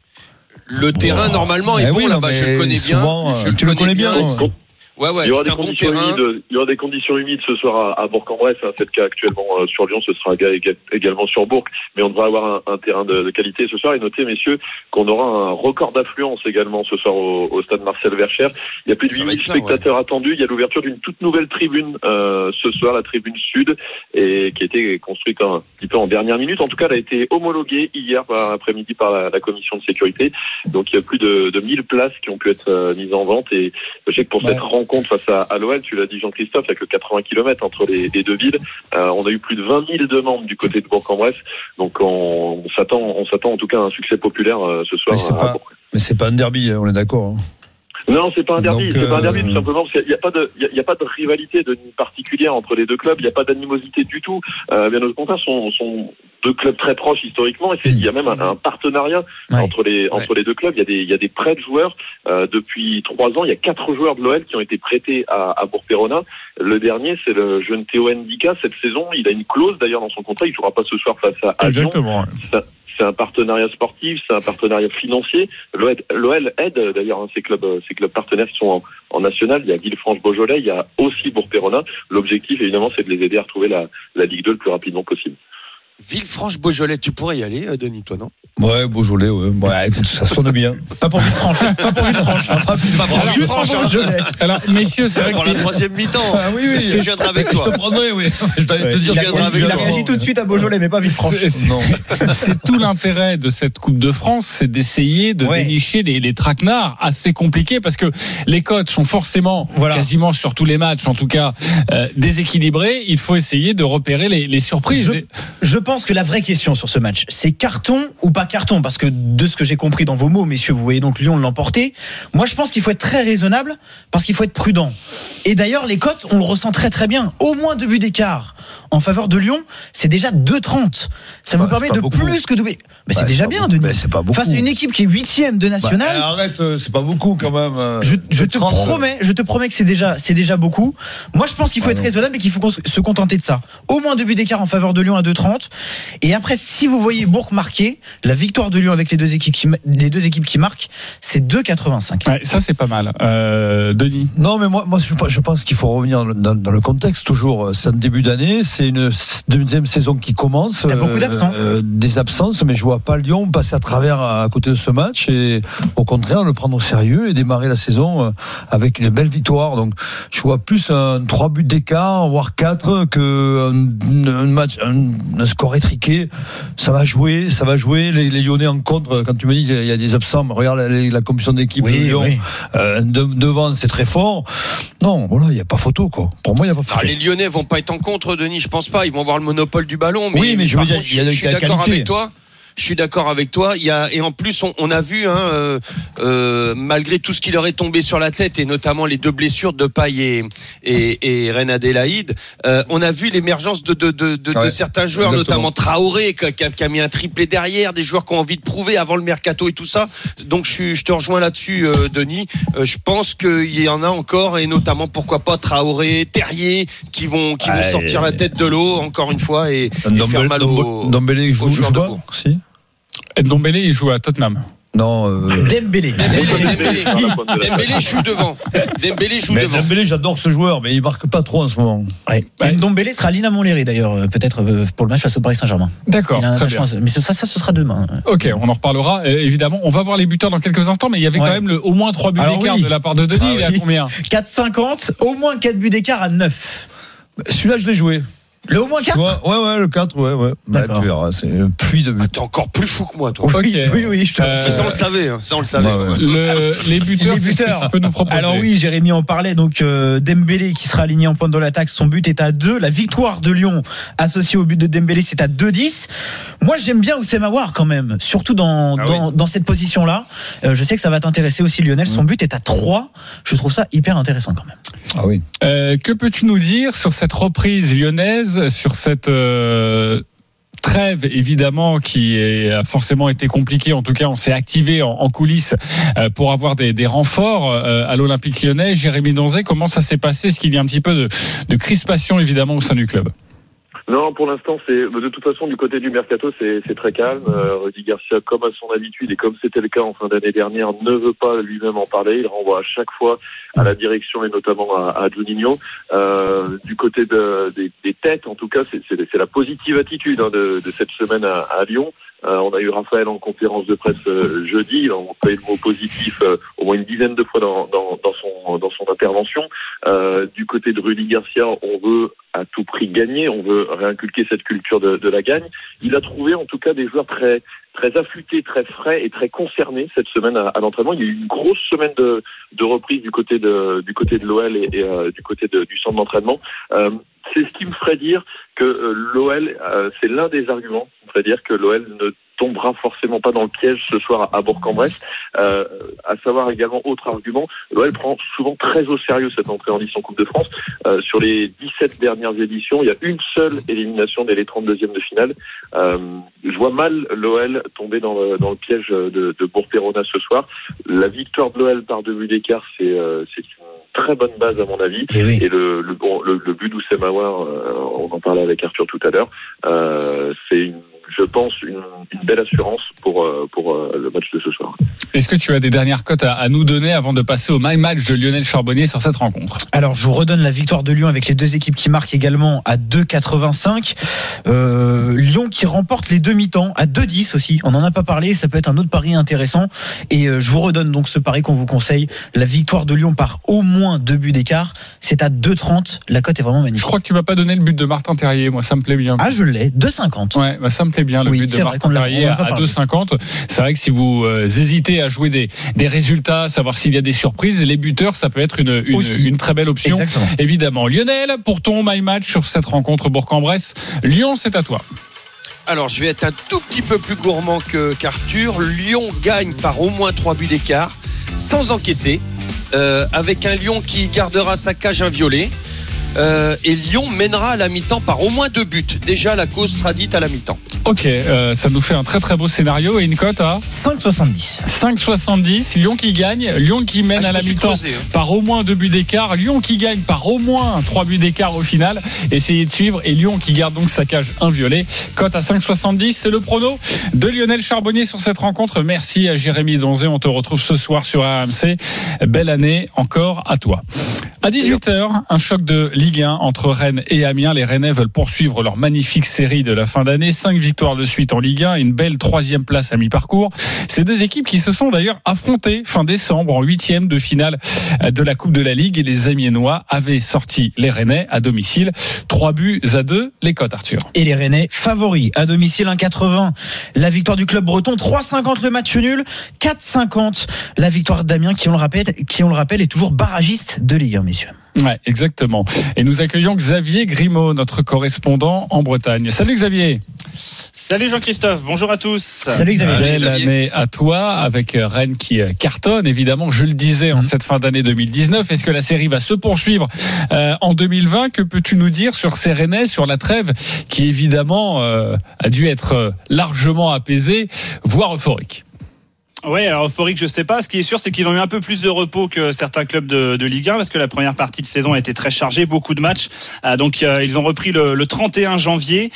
S7: Le terrain, oh. normalement, est eh bon oui, là-bas. Je le connais
S6: souvent,
S7: bien. Je
S6: tu le connais bien. bien
S12: Ouais, ouais, il y aura des conditions bon humides. Il y aura des conditions humides ce soir à, à Bourg-en-Bresse. Hein, c'est le cas actuellement euh, sur Lyon. Ce sera également sur Bourg. Mais on devra avoir un, un terrain de, de qualité ce soir. Et notez, messieurs, qu'on aura un record d'affluence également ce soir au, au stade Marcel Verchères. Il y a plus de huit mille spectateurs ouais. attendus. Il y a l'ouverture d'une toute nouvelle tribune euh, ce soir, la tribune sud, et qui a été construite un petit peu en dernière minute. En tout cas, elle a été homologuée hier par, après-midi par la, la commission de sécurité. Donc, il y a plus de, de mille places qui ont pu être euh, mises en vente. Et je sais que pour ouais. cette rencontre compte face à, à l'O L, tu l'as dit Jean-Christophe, il n'y a que quatre-vingts kilomètres entre les, les deux villes. Euh, on a eu plus de vingt mille demandes du côté de Bourg-en-Bresse, donc on, on s'attend, on s'attend en tout cas à un succès populaire euh, ce soir.
S6: Mais c'est,
S12: à,
S6: pas,
S12: à
S6: mais c'est pas un derby, on est d'accord. Hein.
S12: Non, c'est pas un derby,
S6: Donc,
S12: c'est pas un derby
S6: euh...
S12: tout simplement parce qu'il n'y a, a pas de, il y a, il y a pas de rivalité de particulière entre les deux clubs, il n'y a pas d'animosité du tout. Euh, bien au contraire, sont, sont deux clubs très proches historiquement et c'est, il y a même un, un partenariat ouais. entre les entre ouais. les deux clubs. Il y a des il y a des prêts de joueurs euh, depuis trois ans. Il y a quatre joueurs de l'O L qui ont été prêtés à, à Bourg-Perona. Le dernier, c'est le jeune Théo Ndika. Cette saison, il a une clause d'ailleurs dans son contrat. Il ne jouera pas ce soir face à, à Lyon.
S5: Exactement.
S12: Ça, c'est un partenariat sportif, c'est un partenariat financier. L'O L aide d'ailleurs hein, ces clubs, ces clubs partenaires qui sont en, en national. Il y a Villefranche-Beaujolais, il y a aussi Bourg-Perona. L'objectif, évidemment, c'est de les aider à retrouver la, la Ligue deux le plus rapidement possible.
S7: Villefranche-Beaujolais, tu pourrais y aller, Denis, toi, non?
S6: Ouais, Beaujolais, ouais. ouais écoute, ça sonne bien.
S8: Pas pour Villefranche, pas pour Villefranche. Pas pour
S7: Villefranche,
S8: Beaujolais.
S5: Alors, messieurs, c'est vrai que
S7: pour
S5: c'est
S7: la troisième mi-temps.
S6: Ah, oui, oui.
S7: Je viendrai avec toi.
S6: Je te prendrai, oui. Je t'allais
S8: ouais.
S6: te dire,
S8: il
S6: je viendrai
S8: a,
S6: avec
S8: il
S6: toi.
S8: Il a réagi tout de suite à Beaujolais, mais pas Villefranche.
S5: C'est, c'est,
S6: non.
S5: c'est tout l'intérêt de cette Coupe de France, c'est d'essayer de ouais. dénicher les, les traquenards assez compliqués parce que les cotes sont forcément voilà. quasiment sur tous les matchs, en tout cas, euh, déséquilibrés. Il faut essayer de repérer les, les surprises.
S8: Je, je pense que la vraie question sur ce match, c'est carton ou pas carton, parce que de ce que j'ai compris dans vos mots, messieurs, vous voyez donc Lyon l'emporter. Moi, je pense qu'il faut être très raisonnable, parce qu'il faut être prudent. Et d'ailleurs, les cotes, on le ressent très très bien. Au moins deux buts d'écart en faveur de Lyon, c'est déjà deux trente. Ça vous
S6: bah,
S8: permet de
S6: beaucoup.
S8: plus que doubler. Mais
S6: bah,
S8: c'est déjà bien,
S6: beaucoup.
S8: Denis.
S6: Mais c'est pas beaucoup.
S8: Face à une équipe qui est huitième de national.
S6: Bah, arrête, c'est pas beaucoup quand même.
S8: Je, je te promets, je te promets que c'est déjà, c'est déjà beaucoup. Moi, je pense qu'il faut ah être non. raisonnable et qu'il faut se contenter de ça. Au moins deux buts d'écart en faveur de Lyon à deux trente. Et après, si vous voyez Bourg marquer, la victoire de Lyon avec les deux équipes qui, les deux équipes qui marquent, c'est deux quatre-vingt-cinq.
S5: Ouais, ça, c'est pas mal. Euh, Denis.
S6: Non, mais moi, moi, je pense qu'il faut revenir dans, dans le contexte toujours. C'est un début d'année, c'est une deuxième saison qui commence.
S8: T'as beaucoup d'absents.
S6: Euh, des absences, mais je vois pas Lyon passer à travers à côté de ce match et au contraire le prendre au sérieux et démarrer la saison avec une belle victoire. Donc, je vois plus un trois buts d'écart, voire quatre, que un, un match, un, un score étriqué. Ça va jouer, ça va jouer. Les, les Lyonnais en contre. Quand tu me dis qu'il y a des absents, regarde la, la commission d'équipe oui, de Lyon oui. euh, de, devant, c'est très fort. Non, voilà, il y a pas photo quoi. Pour moi, il y a pas photo.
S7: Alors, les Lyonnais vont pas être en contre, Denis. Je pense pas. Ils vont avoir le monopole du ballon. Mais,
S6: oui, mais je veux dire, il y a,
S7: je, je suis d'accord
S6: qualité.
S7: avec toi. Je suis d'accord avec toi. Il y a et en plus on, on a vu hein, euh, euh, malgré tout ce qui leur est tombé sur la tête et notamment les deux blessures de Paille et et, et Reine Adélaïde, euh, on a vu l'émergence de de de, de, ouais, de certains joueurs, exactement. Notamment Traoré qui a, qui a mis un triplé derrière, des joueurs qui ont envie de prouver avant le mercato et tout ça. Donc je, je te rejoins là-dessus, euh, Denis. Euh, je pense qu'il y en a encore et notamment pourquoi pas Traoré, Terrier qui vont qui vont ah, sortir et... la tête de l'eau encore une fois et, et faire mal aux,
S6: Ndombele joue,
S7: aux joueurs
S6: joue
S7: de cours.
S6: Si.
S5: Ndombele, il joue à Tottenham.
S6: Non, euh...
S8: Dembélé.
S7: Dembélé, Dembélé. Dembélé joue devant. Dembélé joue
S6: mais
S7: devant.
S6: Dembélé, j'adore ce joueur, mais il marque pas trop en ce moment.
S8: Ouais. Ouais. Dembélé sera à Lina Montlhéry d'ailleurs, peut-être pour le match face au Paris Saint-Germain.
S5: D'accord. Très bien.
S8: Mais ce sera ça, ce sera demain.
S5: Ok, on en reparlera. Euh, évidemment, on va voir les buteurs dans quelques instants, mais il y avait ouais. quand même le, au moins trois buts Alors d'écart oui. de la part de Denis. Ah, il est oui. à combien?
S8: quatre cinquante, au moins quatre buts d'écart à neuf.
S6: Celui-là, je l'ai joué.
S8: Le au moins quatre
S6: ouais, ouais, ouais, le quatre, ouais, ouais. Bah, tu verras, c'est un puits de but.
S7: T'es encore plus fou que moi, toi.
S8: Oui, okay. oui, oui, je te
S7: euh, Ça, on le savait, hein. Ça, on le savait. Ouais, ouais.
S5: Le, les buteurs,
S8: les buteurs.
S5: Tu peux nous proposer.
S8: Alors oui, Jérémy en parlait, donc, euh, Dembélé qui sera aligné en pointe de l'attaque, son but est à deux. La victoire de Lyon associée au but de Dembélé, c'est à deux dix. Moi, j'aime bien Oussem Aouar quand même, surtout dans, ah dans, oui. dans cette position-là. Euh, je sais que ça va t'intéresser aussi, Lionel. Son but est à trois. Je trouve ça hyper intéressant quand même.
S6: Ah oui.
S5: Euh, que peux-tu nous dire sur cette reprise lyonnaise, sur cette euh, trêve évidemment qui est, a forcément été compliquée. En tout cas, on s'est activé en, en coulisses euh, pour avoir des, des renforts euh, à l'Olympique Lyonnais. Jérémy Donzé, comment ça s'est passé? Est-ce qu'il y a un petit peu de, de crispation évidemment au sein du club?
S12: Non, pour l'instant, c'est de toute façon du côté du mercato, c'est, c'est très calme. Euh, Rudy Garcia, comme à son habitude et comme c'était le cas en fin d'année dernière, ne veut pas lui-même en parler. Il renvoie à chaque fois à la direction et notamment à, à Juninho. Euh, du côté de, des, des têtes, en tout cas, c'est, c'est, c'est la positive attitude hein, de, de cette semaine à, à Lyon. Euh, on a eu Raphaël en conférence de presse euh, jeudi. On a eu le mot positif euh, au moins une dizaine de fois dans, dans, dans son dans son intervention. Euh, du côté de Rudy Garcia, on veut à tout prix gagner. On veut réinculquer cette culture de, de la gagne. Il a trouvé en tout cas des joueurs très très affûtés, très frais et très concernés cette semaine à, à l'entraînement. Il y a eu une grosse semaine de, de reprise du côté de du côté de l'O L et, et euh, du côté de, du centre d'entraînement. Euh, c'est ce qui me ferait dire que euh, l'O L, euh, c'est l'un des arguments, c'est-à-dire que l'O L ne tombera forcément pas dans le piège ce soir à Bourg-en-Bresse. Euh, à savoir également, autre argument, l'O L prend souvent très au sérieux cette entrée en lice en Coupe de France. Euh, sur les dix-sept dernières éditions, il y a une seule élimination dès les trente-deuxième de finale. Euh, je vois mal l'O L tomber dans le, dans le piège de, de Bourg-Perona ce soir. La victoire de l'O L par deux buts d'écart, c'est, euh, c'est une très bonne base à mon avis.
S8: Et, oui.
S12: et le, le, le, le but d'Oussem Aouar, euh, on en parlait avec Arthur tout à l'heure, euh, c'est une je pense, une, une belle assurance pour, pour le match de ce soir.
S5: Est-ce que tu as des dernières cotes à, à nous donner avant de passer au My Match de Lionel Charbonnier sur cette rencontre?
S8: Alors, je vous redonne la victoire de Lyon avec les deux équipes qui marquent également à deux quatre-vingt-cinq. Euh, Lyon qui remporte les deux mi-temps à deux dix aussi. On n'en a pas parlé, ça peut être un autre pari intéressant. Et euh, je vous redonne donc ce pari qu'on vous conseille. La victoire de Lyon par au moins deux buts d'écart. C'est à deux trente. La cote est vraiment magnifique.
S5: Je crois que tu m'as pas donné le but de Martin Terrier. Moi, ça me plaît bien.
S8: Ah, je l'ai. deux cinquante.
S5: Ouais, bah, ça me plaît bien le oui, but de Martin Terrier à deux cinquante. C'est vrai que si vous euh, hésitez à jouer des, des résultats, savoir s'il y a des surprises, les buteurs, ça peut être une, une, une très belle option.
S8: Exactement.
S5: Évidemment. Lionel, pour ton My Match sur cette rencontre Bourg-en-Bresse, Lyon, c'est à toi.
S7: Alors, je vais être un tout petit peu plus gourmand que, qu'Arthur. Lyon gagne par au moins trois buts d'écart, sans encaisser, euh, avec un Lyon qui gardera sa cage inviolée. Euh, et Lyon mènera à la mi-temps par au moins deux buts. Déjà, la cause sera dite à la mi-temps.
S5: Ok, euh, ça nous fait un très très beau scénario et une cote à
S8: cinq soixante-dix.
S5: cinq soixante-dix. Lyon qui gagne, Lyon qui mène
S7: Ah,
S5: à la mi-temps
S7: creusé, hein.
S5: par au moins deux buts d'écart, Lyon qui gagne par au moins trois buts d'écart au final. Essayez de suivre et Lyon qui garde donc sa cage inviolée. Cote à cinq soixante-dix, c'est le prono de Lionel Charbonnier sur cette rencontre. Merci à Jérémy Donzé, on te retrouve ce soir sur R M C. Belle année encore à toi. À dix-huit heures, un choc de Ligue un entre Rennes et Amiens. Les Rennais veulent poursuivre leur magnifique série de la fin d'année. Cinq victoires de suite en Ligue un et une belle troisième place à mi-parcours. Ces deux équipes qui se sont d'ailleurs affrontées fin décembre en huitième de finale de la Coupe de la Ligue et les Amiénois avaient sorti les Rennais à domicile. Trois buts à deux, les cotes Arthur.
S8: Et les Rennais favoris à domicile un virgule quatre-vingts. La victoire du club breton, trois virgule cinquante le match nul, quatre virgule cinquante la victoire d'Amiens qui on le rappelle, qui on le rappelle est toujours barragiste de Ligue un, messieurs.
S5: Ouais, exactement. Et nous accueillons Xavier Grimaud, notre correspondant en Bretagne. Salut Xavier.
S13: Salut Jean-Christophe, bonjour à tous.
S8: Salut Xavier.
S5: Belle année à toi avec Rennes qui cartonne, évidemment, je le disais, en cette fin d'année deux mille dix-neuf. Est-ce que la série va se poursuivre euh, en deux mille vingt? Que peux-tu nous dire sur ces Rennais, sur la trêve qui évidemment euh, a dû être largement apaisée, voire euphorique?
S13: Ouais, alors euphorique, je sais pas. Ce qui est sûr, c'est qu'ils ont eu un peu plus de repos que certains clubs de, de Ligue un, parce que la première partie de saison a été très chargée, beaucoup de matchs. Euh, donc euh, ils ont repris le, le trente et un janvier,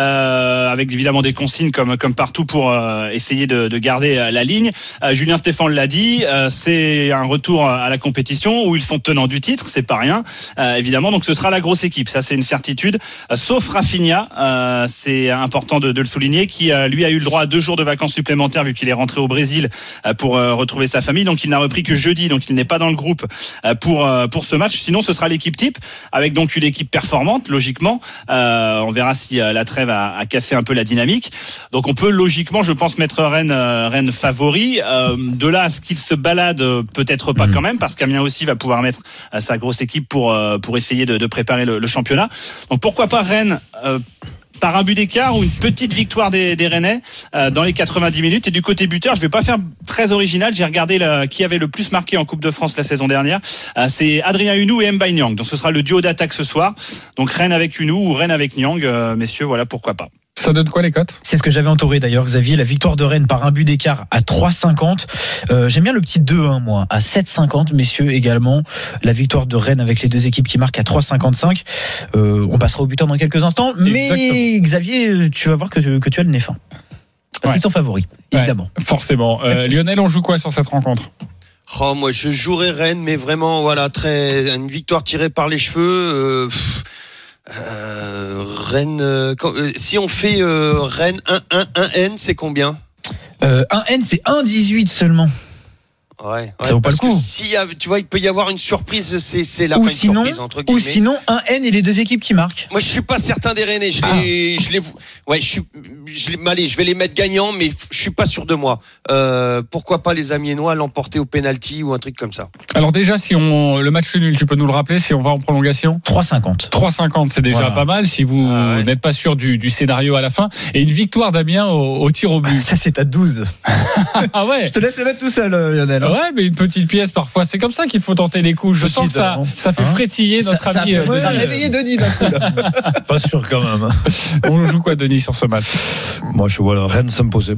S13: euh, avec évidemment des consignes comme comme partout pour euh, essayer de, de garder euh, la ligne. Euh, Julien Stéphan l'a dit, euh, c'est un retour à la compétition où ils sont tenants du titre, c'est pas rien, euh, évidemment. Donc ce sera la grosse équipe, ça c'est une certitude. Euh, sauf Rafinha, euh, c'est important de, de le souligner, qui euh, lui a eu le droit à deux jours de vacances supplémentaires vu qu'il est rentré au Brésil pour retrouver sa famille, donc il n'a repris que jeudi, donc il n'est pas dans le groupe pour pour ce match. Sinon ce sera l'équipe type, avec donc une équipe performante logiquement. Euh, on verra si la trêve a, a cassé un peu la dynamique, donc on peut logiquement, je pense, mettre Rennes Rennes favori. Euh, de là à ce qu'il se balade, peut-être pas quand même, parce qu'Amiens aussi va pouvoir mettre sa grosse équipe pour pour essayer de, de préparer le, le championnat. Donc pourquoi pas Rennes euh, par un but d'écart ou une petite victoire des, des Rennais euh, dans les quatre-vingt-dix minutes. Et du côté buteur, je vais pas faire très original. J'ai regardé la, qui avait le plus marqué en Coupe de France la saison dernière. Euh, c'est Adrien Hunou et Mbaye Niang. Donc ce sera le duo d'attaque ce soir. Donc Rennes avec Hunou ou Rennes avec Niang. Euh, messieurs, voilà, pourquoi pas.
S5: Ça donne quoi les cotes?
S8: C'est ce que j'avais entouré d'ailleurs, Xavier. La victoire de Rennes par un but d'écart à trois virgule cinquante. Euh, j'aime bien le petit deux un, moi, à sept virgule cinquante, messieurs, également. La victoire de Rennes avec les deux équipes qui marquent à trois virgule cinquante-cinq. Euh, on passera au buteur dans quelques instants. Mais exactement. Xavier, tu vas voir que tu, que tu as le nez fin. Parce ouais. qu'ils sont favoris, évidemment.
S5: Ouais, forcément. Euh, Lionel, on joue quoi sur cette rencontre?
S7: Oh, moi, je jouerais Rennes, mais vraiment, voilà, très, une victoire tirée par les cheveux. Euh, pff. Euh, Rennes, euh, quand, euh, si on fait euh, Rennes un un un N, c'est combien?
S8: euh, un N, c'est un virgule dix-huit seulement.
S7: Ouais, ouais,
S8: ça vaut pas
S7: parce
S8: le coup.
S7: Que si, tu vois, il peut y avoir une surprise, c'est, c'est la
S8: ou
S7: fin
S8: sinon,
S7: de surprise, entre guillemets.
S8: Ou sinon, un N et les deux équipes qui marquent.
S7: Moi, je suis pas certain des Rennais. Je les, ah. je les, ouais, je suis, je les, allez, je vais les mettre gagnants, mais je suis pas sûr de moi. Euh, pourquoi pas les Amiénois l'emporter au penalty ou un truc comme ça?
S5: Alors déjà, si on, le match nul, tu peux nous le rappeler, si on va en prolongation?
S8: trois virgule cinquante.
S5: trois virgule cinquante, c'est déjà voilà. pas mal, si vous ah ouais. n'êtes pas sûr du, du scénario à la fin. Et une victoire d'Amiens au, au tir au but.
S8: Ça, c'est à douze.
S5: Ah ouais.
S8: Je te laisse le mettre tout seul, Lionel. Hein.
S5: Ouais, mais une petite pièce parfois, c'est comme ça qu'il faut tenter les coups. Je Petit sens que ça, ça fait hein frétiller notre
S8: ça,
S5: ami.
S8: Ça,
S5: euh,
S8: ça a réveillé Denis d'un coup là.
S6: Pas sûr quand même.
S5: On joue quoi, Denis, sur ce match?
S6: Moi, je vois le Rennes s'imposer.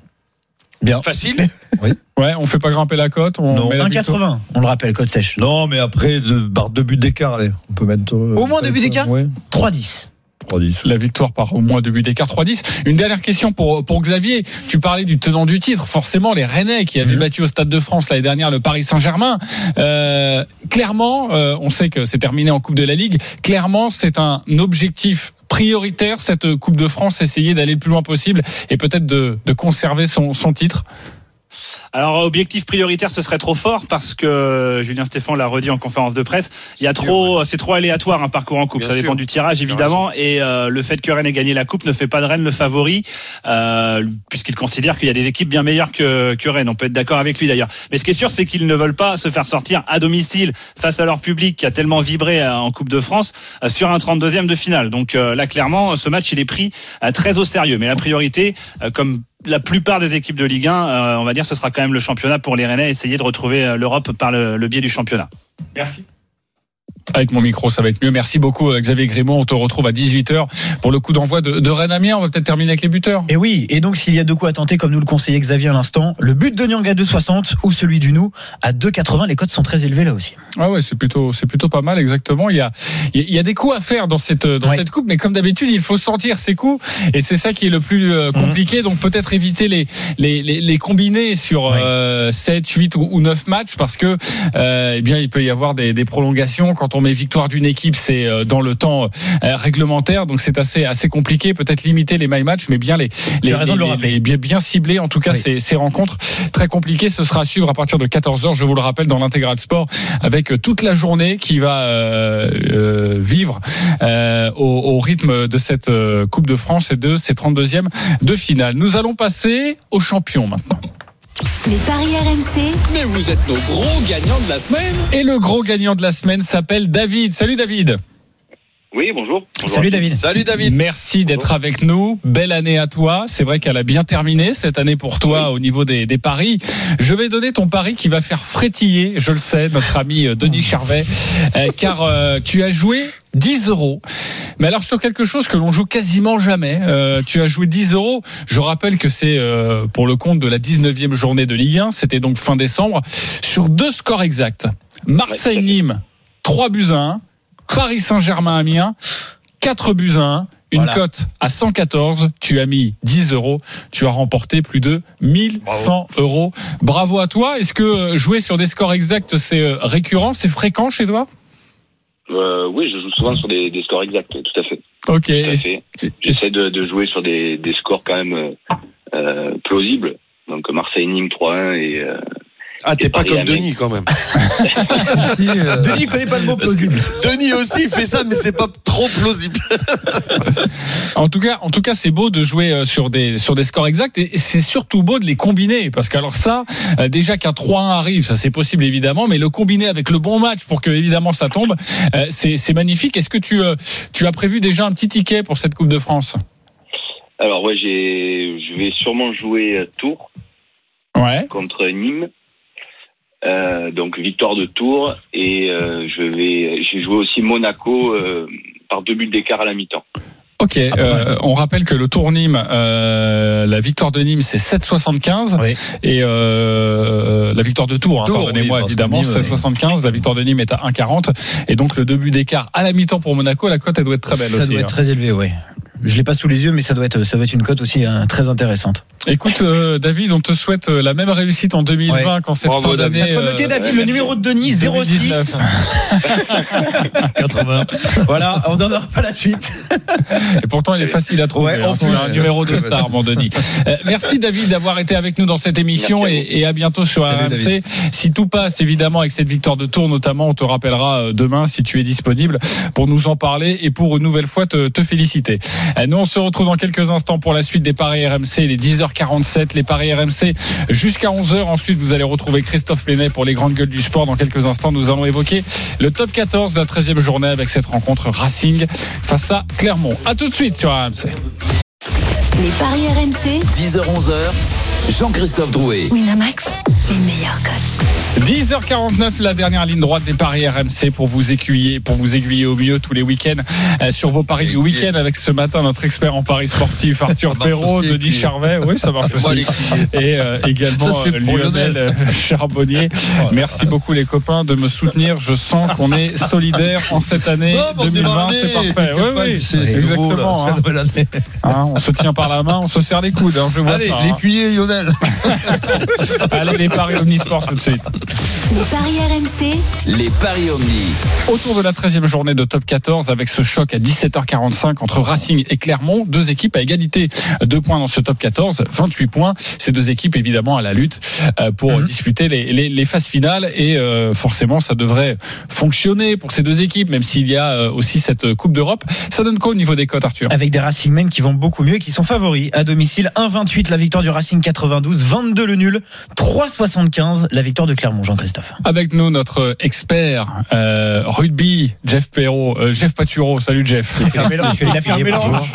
S7: Bien. Facile.
S6: Oui.
S5: Ouais, on fait pas grimper la cote. On
S6: non.
S5: met
S8: un virgule quatre-vingts. On le rappelle, cote sèche.
S6: Non, mais après, de, barre deux buts d'écart, allez, on peut mettre. Euh,
S8: Au moins deux buts d'écart.
S6: Oui.
S8: trois virgule dix.
S6: trois dix.
S5: La victoire par au moins deux buts d'écart, trois dix. Une dernière question pour, pour Xavier. Tu parlais du tenant du titre. Forcément, les Rennais qui avaient mmh. battu au Stade de France l'année dernière le Paris Saint-Germain. Euh, clairement, euh, on sait que c'est terminé en Coupe de la Ligue. Clairement, c'est un objectif prioritaire, cette Coupe de France, essayer d'aller le plus loin possible et peut-être de, de conserver son, son titre.
S13: Alors, objectif prioritaire, ce serait trop fort parce que Julien Stéphan l'a redit en conférence de presse. Il y a trop, c'est trop aléatoire un parcours en coupe. Bien ça sûr. Dépend du tirage évidemment, et euh, le fait que Rennes ait gagné la coupe ne fait pas de Rennes le favori, euh, puisqu'il considère qu'il y a des équipes bien meilleures que, que Rennes. On peut être d'accord avec lui d'ailleurs. Mais ce qui est sûr, c'est qu'ils ne veulent pas se faire sortir à domicile face à leur public qui a tellement vibré en Coupe de France sur un trente-deuxième de finale. Donc euh, là, clairement, ce match il est pris euh, très au sérieux. Mais la priorité, euh, comme la plupart des équipes de Ligue un, euh, on va dire, ce sera quand même le championnat pour les Rennais, essayer de retrouver l'Europe par le, le biais du championnat.
S5: Merci. Avec mon micro, ça va être mieux. Merci beaucoup, Xavier Grimaud. On te retrouve à dix-huit heures pour le coup d'envoi de, de Rennes-Amiens. On va peut-être terminer avec les buteurs.
S8: Et oui, et donc s'il y a de quoi à tenter, comme nous le conseillait Xavier à l'instant, le but de Niang à deux soixante ou celui du Nou à deux quatre-vingts. Les cotes sont très élevées là aussi.
S5: Ah ouais, c'est plutôt, c'est plutôt pas mal, exactement. Il y a, il y a des coups à faire dans cette, dans ouais. cette coupe, mais comme d'habitude, il faut sentir ces coups, et c'est ça qui est le plus compliqué. Mmh. Donc peut-être éviter les, les, les, les combinés sur ouais. euh, sept, huit ou, ou neuf matchs, parce que, euh, eh bien, il peut y avoir des, des prolongations. Quand on met victoire d'une équipe, c'est dans le temps réglementaire, donc c'est assez assez compliqué. Peut-être limiter les my match, mais bien les les, les, les, les bien, bien cibler. En tout cas, oui. ces, ces rencontres très compliquées. Ce sera à suivre à partir de quatorze heures. Je vous le rappelle dans l'intégral sport, avec toute la journée qui va euh, euh, vivre euh, au, au rythme de cette euh, Coupe de France et de ces trente-deuxièmes de finale. Nous allons passer aux champions maintenant.
S3: Les paris R M C.
S4: Mais vous êtes nos gros gagnants de la semaine.
S5: Et le gros gagnant de la semaine s'appelle David. Salut David.
S14: Oui, bonjour. bonjour.
S8: Salut David.
S7: Salut David.
S5: Merci d'être bonjour. Avec nous. Belle année à toi. C'est vrai qu'elle a bien terminé cette année pour toi oui. au niveau des, des paris. Je vais donner ton pari qui va faire frétiller, je le sais, notre ami Denis Charvet, euh, car euh, tu as joué dix euros. Mais alors sur quelque chose que l'on joue quasiment jamais, euh, tu as joué dix euros. Je rappelle que c'est euh, pour le compte de la dix-neuvième journée de Ligue un. C'était donc fin décembre. Sur deux scores exacts. Marseille-Nîmes, trois buts à un. Paris Saint-Germain-Amiens, quatre buts à un. Une voilà. cote à cent quatorze. Tu as mis dix euros. Tu as remporté plus de mille cent euros. Bravo à toi. Est-ce que jouer sur des scores exacts, c'est récurrent, c'est fréquent chez toi ?
S14: Euh, oui, je joue souvent sur des, des scores exacts, tout à fait.
S5: Ok.
S14: Tout à fait. J'essaie de, de jouer sur des, des scores quand même euh, plausibles. Donc Marseille-Nîmes trois un et. Euh,
S7: ah, t'es pas comme Denis quand même.
S8: si, euh... Denis connaît pas le mot plausible.
S7: Denis aussi fait ça, mais c'est pas trop plausible.
S5: En tout cas, en tout cas, c'est beau de jouer sur des sur des scores exacts, et c'est surtout beau de les combiner, parce qu'alors ça, déjà qu'un trois un arrive, ça c'est possible évidemment, mais le combiner avec le bon match pour que évidemment ça tombe, c'est c'est magnifique. Est-ce que tu tu as prévu déjà un petit ticket pour cette Coupe de France ?
S14: Alors ouais, j'ai je vais sûrement jouer Tours
S5: ouais.
S14: contre Nîmes. Euh, donc victoire de Tours, et euh, je vais j'ai joué aussi Monaco euh, par deux buts d'écart à la mi-temps.
S5: Ok, euh, on rappelle que le Tour Nîmes, euh, la victoire de Nîmes, c'est sept soixante-quinze, oui. et euh, la victoire de Tours, hein, Tour, pardonnez-moi oui, évidemment, Nîmes, sept soixante-quinze, oui. La victoire de Nîmes est à un quarante, et donc le deux buts d'écart à la mi-temps pour Monaco, la cote elle doit être très belle
S8: ça
S5: aussi.
S8: Ça doit être
S5: hein.
S8: très élevé, oui. Je l'ai pas sous les yeux, mais ça doit être, ça doit être une cote aussi hein, très intéressante.
S5: Écoute, euh, David, on te souhaite la même réussite en deux mille vingt ouais. qu'en cette Bravo, fin d'année.
S8: T'as pas noté, David, euh, le numéro de Denis, zéro six quatre-vingts. Voilà, on n'en aura pas la suite.
S5: Et pourtant, il est facile à trouver. Ouais, hein, plus, un numéro de star, mon Denis. Euh, merci, David, d'avoir été avec nous dans cette émission, et, et à bientôt sur Salut, R M C. David. Si tout passe, évidemment, avec cette victoire de Tours, notamment, on te rappellera demain si tu es disponible pour nous en parler et pour une nouvelle fois te, te féliciter. Nous, on se retrouve dans quelques instants pour la suite des paris R M C, les dix heures quarante-sept, les paris R M C jusqu'à onze heures. Ensuite, vous allez retrouver Christophe Plénet pour les grandes gueules du sport. Dans quelques instants, nous allons évoquer le top quatorze de la treizième journée avec cette rencontre Racing face à Clermont. À tout de suite sur R M C.
S3: Les paris R M C,
S4: dix heures onze heures, Jean-Christophe Drouet.
S3: Winamax, les meilleurs codes.
S5: dix heures quarante-neuf, la dernière ligne droite des paris R M C pour vous aiguiller, pour vous aiguiller au mieux tous les week-ends euh, sur vos paris du week-end, avec ce matin notre expert en paris sportif Arthur Perrault, Denis Charvet, oui ça marche aussi, et euh, également ça, Lionel euh, Charbonnier. Merci beaucoup les copains de me soutenir. Je sens qu'on est solidaires en cette année non, deux mille vingt, c'est parfait. Oui, oui, c'est, c'est exactement. Hein. Hein, on se tient par la main, on se serre les coudes. Hein, je vois
S6: Allez,
S5: ça.
S6: Allez, l'écuyer Lionel.
S5: Allez les paris Omnisport tout de suite.
S3: Les paris R M C,
S4: Les paris Omni.
S5: Autour de la treizième journée de Top quatorze, avec ce choc à dix-sept heures quarante-cinq entre Racing et Clermont, deux équipes à égalité. Deux points dans ce Top quatorze, vingt-huit points. Ces deux équipes, évidemment, à la lutte pour mmh. disputer les, les, les phases finales. Et euh, forcément, ça devrait fonctionner pour ces deux équipes, même s'il y a aussi cette Coupe d'Europe. Ça donne quoi au niveau des cotes, Arthur ?
S8: Avec des Racingmen qui vont beaucoup mieux et qui sont favoris à domicile. un virgule vingt-huit la victoire du Racing quatre-vingt-douze, vingt-deux le nul, trois virgule soixante-quinze la victoire de Clermont. Jean-Christophe.
S5: Avec nous, notre expert euh, rugby, Jeff Perrault, euh, Jeff Paturo. Salut Jeff.
S8: Il a fait un mélange. Il a fait un mélange.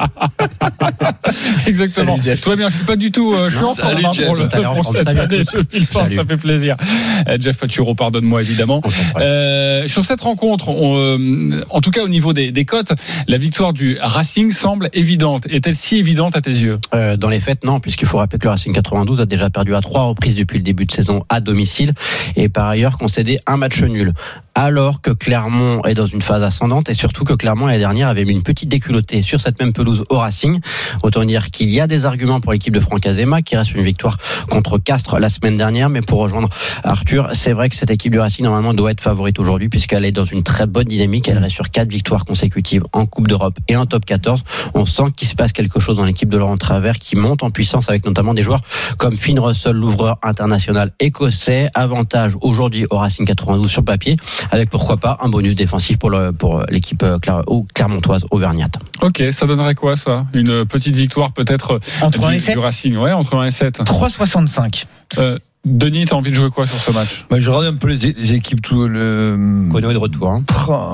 S5: Exactement. Salut, Toi bien, je suis pas du tout. Euh, je suis en forme hein, pour, le, pour cette année deux mille vingt. Ça fait plaisir. Euh, Jeff Paturo, pardonne-moi évidemment. Euh, sur cette rencontre, on, euh, en tout cas au niveau des, des cotes, la victoire du Racing semble évidente. Est-elle si évidente à tes yeux ?
S15: euh, Dans les faits, non, puisqu'il faut rappeler que le Racing quatre-vingt-douze a déjà perdu à trois reprises depuis le début de saison à domicile et par ailleurs concédé un match nul. Alors que Clermont est dans une phase ascendante et surtout que Clermont l'année dernière avait mis une petite déculottée sur cette même pelouse au Racing. Autant dire qu'il y a des arguments pour l'équipe de Franck Azema qui reste une victoire contre Castres la semaine dernière. Mais pour rejoindre Arthur, c'est vrai que cette équipe du Racing normalement doit être favorite aujourd'hui puisqu'elle est dans une très bonne dynamique. Elle reste sur quatre victoires consécutives en Coupe d'Europe et en Top quatorze. On sent qu'il se passe quelque chose dans l'équipe de Laurent Travers qui monte en puissance avec notamment des joueurs comme Finn Russell, l'ouvreur international écossais. Avantage aujourd'hui au Racing quatre-vingt-douze sur papier, avec pourquoi pas un bonus défensif pour, le, pour l'équipe Cler- clermontoise auvergnate.
S5: Ok, ça donnerait quoi ça ? Une petite victoire peut-être
S8: entre
S5: du,
S8: un et sept
S5: du Racing, ouais, entre un et sept.
S8: trois virgule soixante-cinq
S5: Euh, Denis, t'as envie de jouer quoi sur ce match ?
S6: bah, Je regarde un peu les, les équipes. Tout le...
S15: Penaud est de retour. Hein.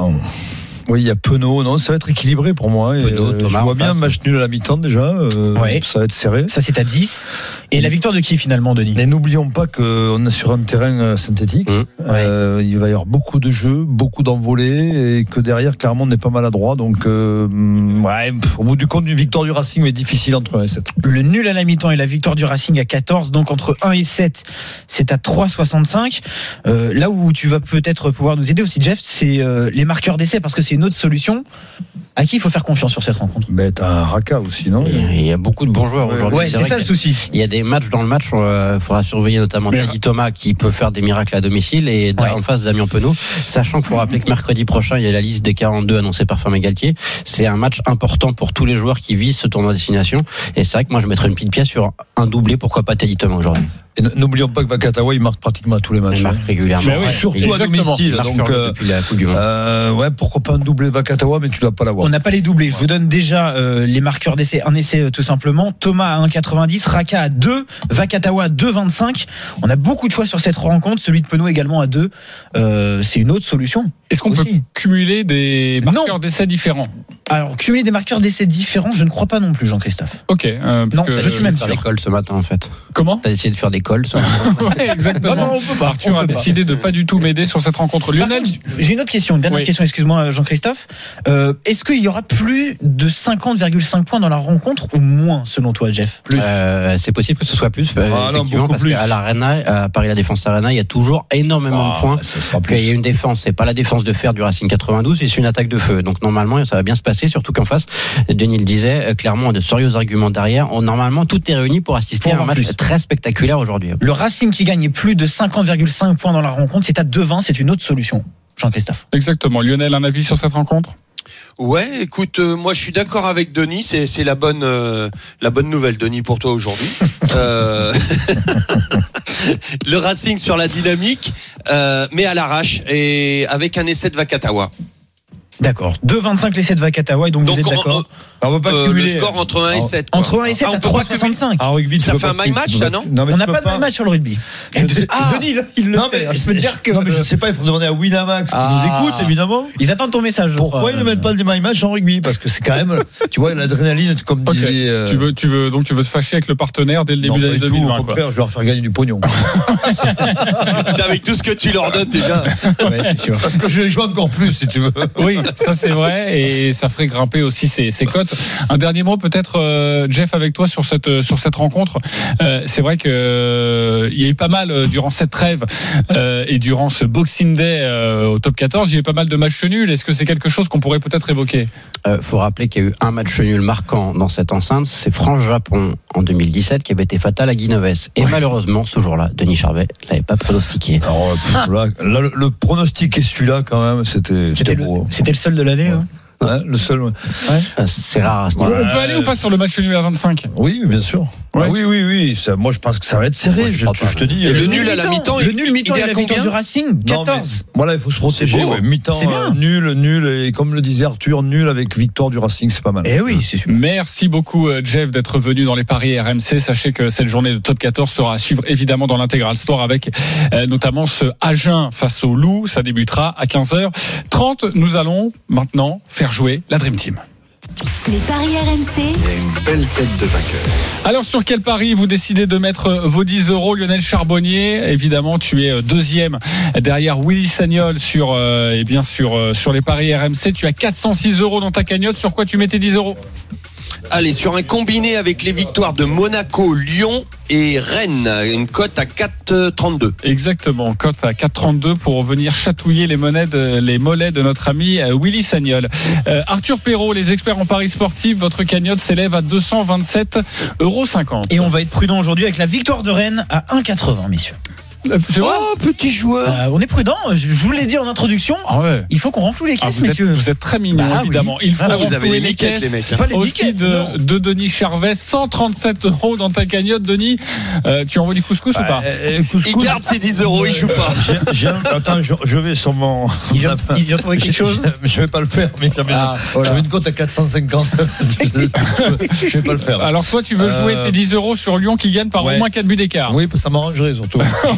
S6: Oui, il y a Penaud. Non, ça va être équilibré pour moi.
S15: Penaud,
S6: euh,
S15: Thomas,
S6: je vois bien un match nul à la mi-temps déjà. Euh,
S8: ouais.
S6: Ça va être serré.
S8: Ça, c'est à dix. Et la victoire de qui finalement, Denis ?
S6: Et n'oublions pas qu'on est sur un terrain synthétique. Mmh. Euh, ouais. Il va y avoir beaucoup de jeux, beaucoup d'envolées et que derrière, Clermont n'est pas maladroit. Donc, euh, ouais, au bout du compte, une victoire du Racing est difficile entre un et sept.
S8: Le nul à la mi-temps et la victoire du Racing à quatorze. Donc, entre un et sept, c'est à trois virgule soixante-cinq. Euh, là où tu vas peut-être pouvoir nous aider aussi, Jeff, c'est euh, les marqueurs d'essai parce que c'est une autre solution. À qui il faut faire confiance sur cette rencontre ?
S6: Ben, t'as Raka aussi, non ?
S15: Il y a beaucoup de bons joueurs
S6: ouais,
S15: aujourd'hui.
S8: Ouais, c'est, c'est ça le souci.
S15: Il y a des matchs dans le match, il euh, faudra surveiller notamment Teddy Thomas qui peut faire des miracles à domicile et ouais. en face Damien Penaud, sachant qu'il faut rappeler que mercredi prochain, il y a la liste des quarante-deux annoncée par Fabien Galtier. C'est un match important pour tous les joueurs qui visent ce tournoi à destination. Et c'est vrai que moi, je mettrais une petite pièce sur un doublé, pourquoi pas Teddy Thomas aujourd'hui.
S6: Et n'oublions pas que Vakatawa il marque pratiquement à tous les matchs.
S15: Il marque régulièrement.
S6: Mais oui, surtout à domicile. Donc, euh,
S15: depuis la Coupe du Monde.
S6: Euh, ouais, pourquoi pas un doublé Vakatawa, mais tu dois pas l'avoir.
S8: On n'a pas les doublés. Je vous donne déjà euh, les marqueurs d'essai. Un essai euh, tout simplement. Thomas à un virgule quatre-vingt-dix, Raka à deux, Vakatawa à deux virgule vingt-cinq. On a beaucoup de choix sur cette rencontre. Celui de Penaud également à deux. Euh, c'est une autre solution.
S5: Est-ce qu'on aussi. peut cumuler des marqueurs
S8: non.
S5: d'essai différents ?
S8: Alors, cumuler des marqueurs d'essai différents, je ne crois pas non plus, Jean-Christophe.
S5: Ok. Euh, parce
S8: non,
S5: que
S8: je suis même sûr.
S15: T'as des calls ce matin, en fait.
S5: Comment ?
S15: T'as essayé de faire des calls ce matin.
S5: Ouais, exactement.
S8: Non, non, on peut pas.
S5: Arthur
S8: on
S5: a
S8: peut
S5: décidé
S8: pas.
S5: de pas du tout m'aider sur cette rencontre. Lionel,
S8: contre, j'ai une autre question, une dernière oui. question, excuse-moi Jean-Christophe. Euh, est-ce qu'il y aura plus de cinquante virgule cinq points dans la rencontre ou moins, selon toi, Jeff ?
S15: Plus. Euh, c'est possible que ce soit plus,
S6: ah,
S15: effectivement,
S6: non,
S15: parce
S6: plus.
S15: qu'à l'Arena, à Paris La Défense Arena, il y a toujours énormément ah, de points. Il y a une défense, c'est pas la défense de fer du Racing quatre-vingt-douze, c'est une attaque de feu. Donc normalement, ça va bien se passer, surtout qu'en face, Denis le disait, Clermont a de sérieux arguments derrière. On, normalement, tout est réuni pour assister pour à un match plus. très spectaculaire aujourd'hui.
S8: Le Racing qui gagne plus de cinquante virgule cinq points dans la rencontre, c'est à deux virgule vingt, c'est une autre solution. Jean-Christophe.
S5: Exactement. Lionel, un avis sur cette rencontre ?
S7: Ouais, écoute, euh, moi je suis d'accord avec Denis, c'est, c'est la bonne, euh, la bonne nouvelle, Denis, pour toi aujourd'hui. euh... Le Racing sur la dynamique, euh, mais à l'arrache et avec un essai de Vakatawa.
S8: D'accord. deux virgule vingt-cinq l'essai de Vakatawa, donc, donc vous êtes
S7: on,
S8: d'accord.
S7: On, on, euh, le score entre un et sept. Quoi.
S8: Entre un et sept ah, à trois virgule soixante-cinq.
S6: Ah, rugby,
S7: ça fait un my match, ça, non,
S8: non On n'a pas de my match sur le rugby.
S6: Ah,
S8: Denis, il le
S6: non,
S8: sait.
S6: Mais, je peux dire que. Non, mais je ne sais pas, il faut demander à Winamax qui ah. nous écoute, évidemment.
S8: Ils attendent ton message.
S6: Pourquoi ils ne mettent pas des my match en rugby ? Parce que c'est quand même, tu vois, l'adrénaline, comme okay. disait. Euh...
S5: Tu veux, tu veux, donc tu veux te fâcher avec le partenaire dès le début de l'année deux mille vingt.
S6: Au contraire, je vais leur faire gagner du pognon.
S7: Avec tout ce que tu leur donnes déjà.
S6: Ouais, c'est sûr. Parce que je les joue encore plus, si tu veux.
S5: Oui, ça c'est vrai. Et ça ferait grimper aussi ses, ses cotes. foot. Un dernier mot peut-être, euh, Jeff, avec toi sur cette sur cette rencontre. Euh, c'est vrai que euh, il y a eu pas mal euh, durant cette trêve euh, et durant ce Boxing Day euh, au top quatorze, il y a eu pas mal de matchs nuls. Est-ce que c'est quelque chose qu'on pourrait peut-être évoquer?
S15: Euh, faut rappeler qu'il y a eu un match nul marquant dans cette enceinte, c'est France-Japon en deux mille dix-sept qui avait été fatal à Guinoves. Et ouais. malheureusement, ce jour-là, Denis Charvet l'avait pas pronostiqué.
S6: Alors, là, là, le, le pronostic est celui-là quand même, c'était,
S8: c'était,
S6: c'était,
S8: le, c'était le seul de l'année. Ouais.
S6: Hein. Hein, le seul. Ouais.
S15: Ouais. C'est rare à ce niveau.
S5: On peut aller ou pas sur le match nul à vingt-cinq?
S6: Oui, bien sûr. Ouais. Ah, oui, oui, oui. Ça, moi, je pense que ça va être serré. Ouais, je, je, je te dis.
S7: Et le, le nul à la mi-temps.
S8: Le nul mi-temps, il, il, il a combien du Racing quatorze.
S6: Voilà, il faut se protéger. Ouais. Mi-temps, euh, nul, nul. Et comme le disait Arthur, nul avec victoire du Racing, c'est pas mal.
S8: Eh oui, c'est super.
S5: Merci beaucoup, Jeff, d'être venu dans les paris R M C. Sachez que cette journée de top quatorze sera à suivre évidemment dans l'intégral sport avec euh, notamment ce Agen face au Loup. Ça débutera à quinze heures trente. Nous allons maintenant faire jouer la Dream Team.
S3: Les paris R M C.
S2: Il y a une belle tête de vainqueur.
S5: Alors sur quel pari vous décidez de mettre vos dix euros? Lionel Charbonnier, évidemment tu es deuxième derrière Willy Sagnol sur, euh, et bien sur, euh, sur les paris R M C. Tu as quatre cent six euros dans ta cagnotte. Sur quoi tu mets tes dix euros?
S7: Allez, sur un combiné avec les victoires de Monaco, Lyon et Rennes, une cote à quatre trente-deux.
S5: Exactement, cote à quatre trente-deux pour venir chatouiller les, monnaies de, les mollets de notre ami Willy Sagnol. Euh, Arthur Perrault, les experts en paris sportifs, votre cagnotte s'élève à deux cent vingt-sept euros cinquante.
S8: Et on va être prudent aujourd'hui avec la victoire de Rennes à un quatre-vingts, messieurs.
S7: Oh, petit joueur.
S8: Euh, on est prudent. Je vous l'ai dit en introduction.
S5: Ah ouais.
S8: Il faut qu'on renfloue les caisses,
S5: ah, vous
S8: messieurs.
S5: Êtes, vous êtes très mignons, bah, évidemment.
S8: Oui.
S5: Il faut
S7: ah,
S5: renflouer
S7: vous avez les, les
S5: caisses.
S7: Les mecs, hein.
S8: Pas les
S5: aussi
S8: miquettes,
S5: de, de Denis Charvet, cent trente-sept euros dans ta cagnotte, Denis. Euh, tu envoies du couscous bah, ou pas
S6: euh, couscous.
S7: Il garde ses dix euros, il joue pas.
S6: J'ai, j'ai, attends, je, je vais sur mon.
S8: Il vient, il vient trouver quelque chose.
S6: Je, je vais pas le faire, mais j'avais, ah, voilà. j'avais une cote à quatre cent cinquante. je, je vais pas le faire.
S5: Alors toi, tu veux euh... jouer tes dix euros sur Lyon qui gagne par ouais. au moins quatre buts d'écart.
S6: Oui, ça m'arrangerait surtout.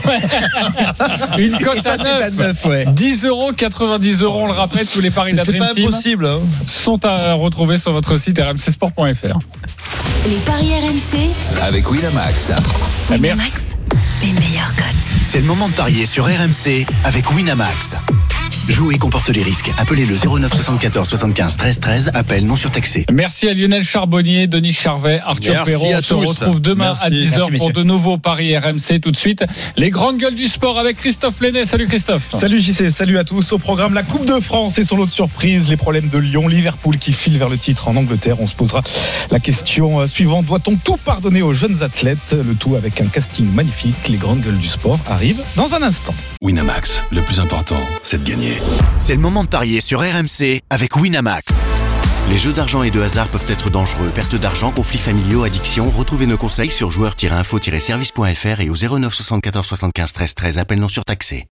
S5: Une cote à neuf, ouais. dix euros, quatre-vingt-dix euros, on le rappelle, tous les paris de la Dream Team
S6: hein.
S5: sont à retrouver sur votre site r m c sport point f r.
S3: Les paris R M C
S4: avec Winamax.
S3: Winamax, les meilleurs cotes.
S2: C'est le moment de parier sur R M C avec Winamax. Jouer comporte les risques. Appelez le zéro neuf soixante-quatorze soixante-quinze treize treize. Appel non surtaxé.
S5: Merci à Lionel Charbonnier, Denis Charvet, Arthur
S7: Merci
S5: Perrault. On se retrouve demain Merci. à dix heures Merci, pour de nouveaux paris R M C. Tout de suite, les grandes gueules du sport avec Christophe Lenné. Salut Christophe.
S16: Salut J C, salut à tous. Au programme, la Coupe de France et son lot de surprises, les problèmes de Lyon, Liverpool qui file vers le titre en Angleterre. On se posera la question suivante. Doit-on tout pardonner aux jeunes athlètes? Le tout avec un casting magnifique. Les grandes gueules du sport arrivent dans un instant.
S1: Winamax, le plus important, c'est de gagner.
S2: C'est le moment de parier sur R M C avec Winamax. Les jeux d'argent et de hasard peuvent être dangereux. Perte d'argent, conflits familiaux, addiction. Retrouvez nos conseils sur joueurs tiret info tiret service point f r et au zéro neuf soixante-quatorze soixante-quinze treize treize. Appel non surtaxé.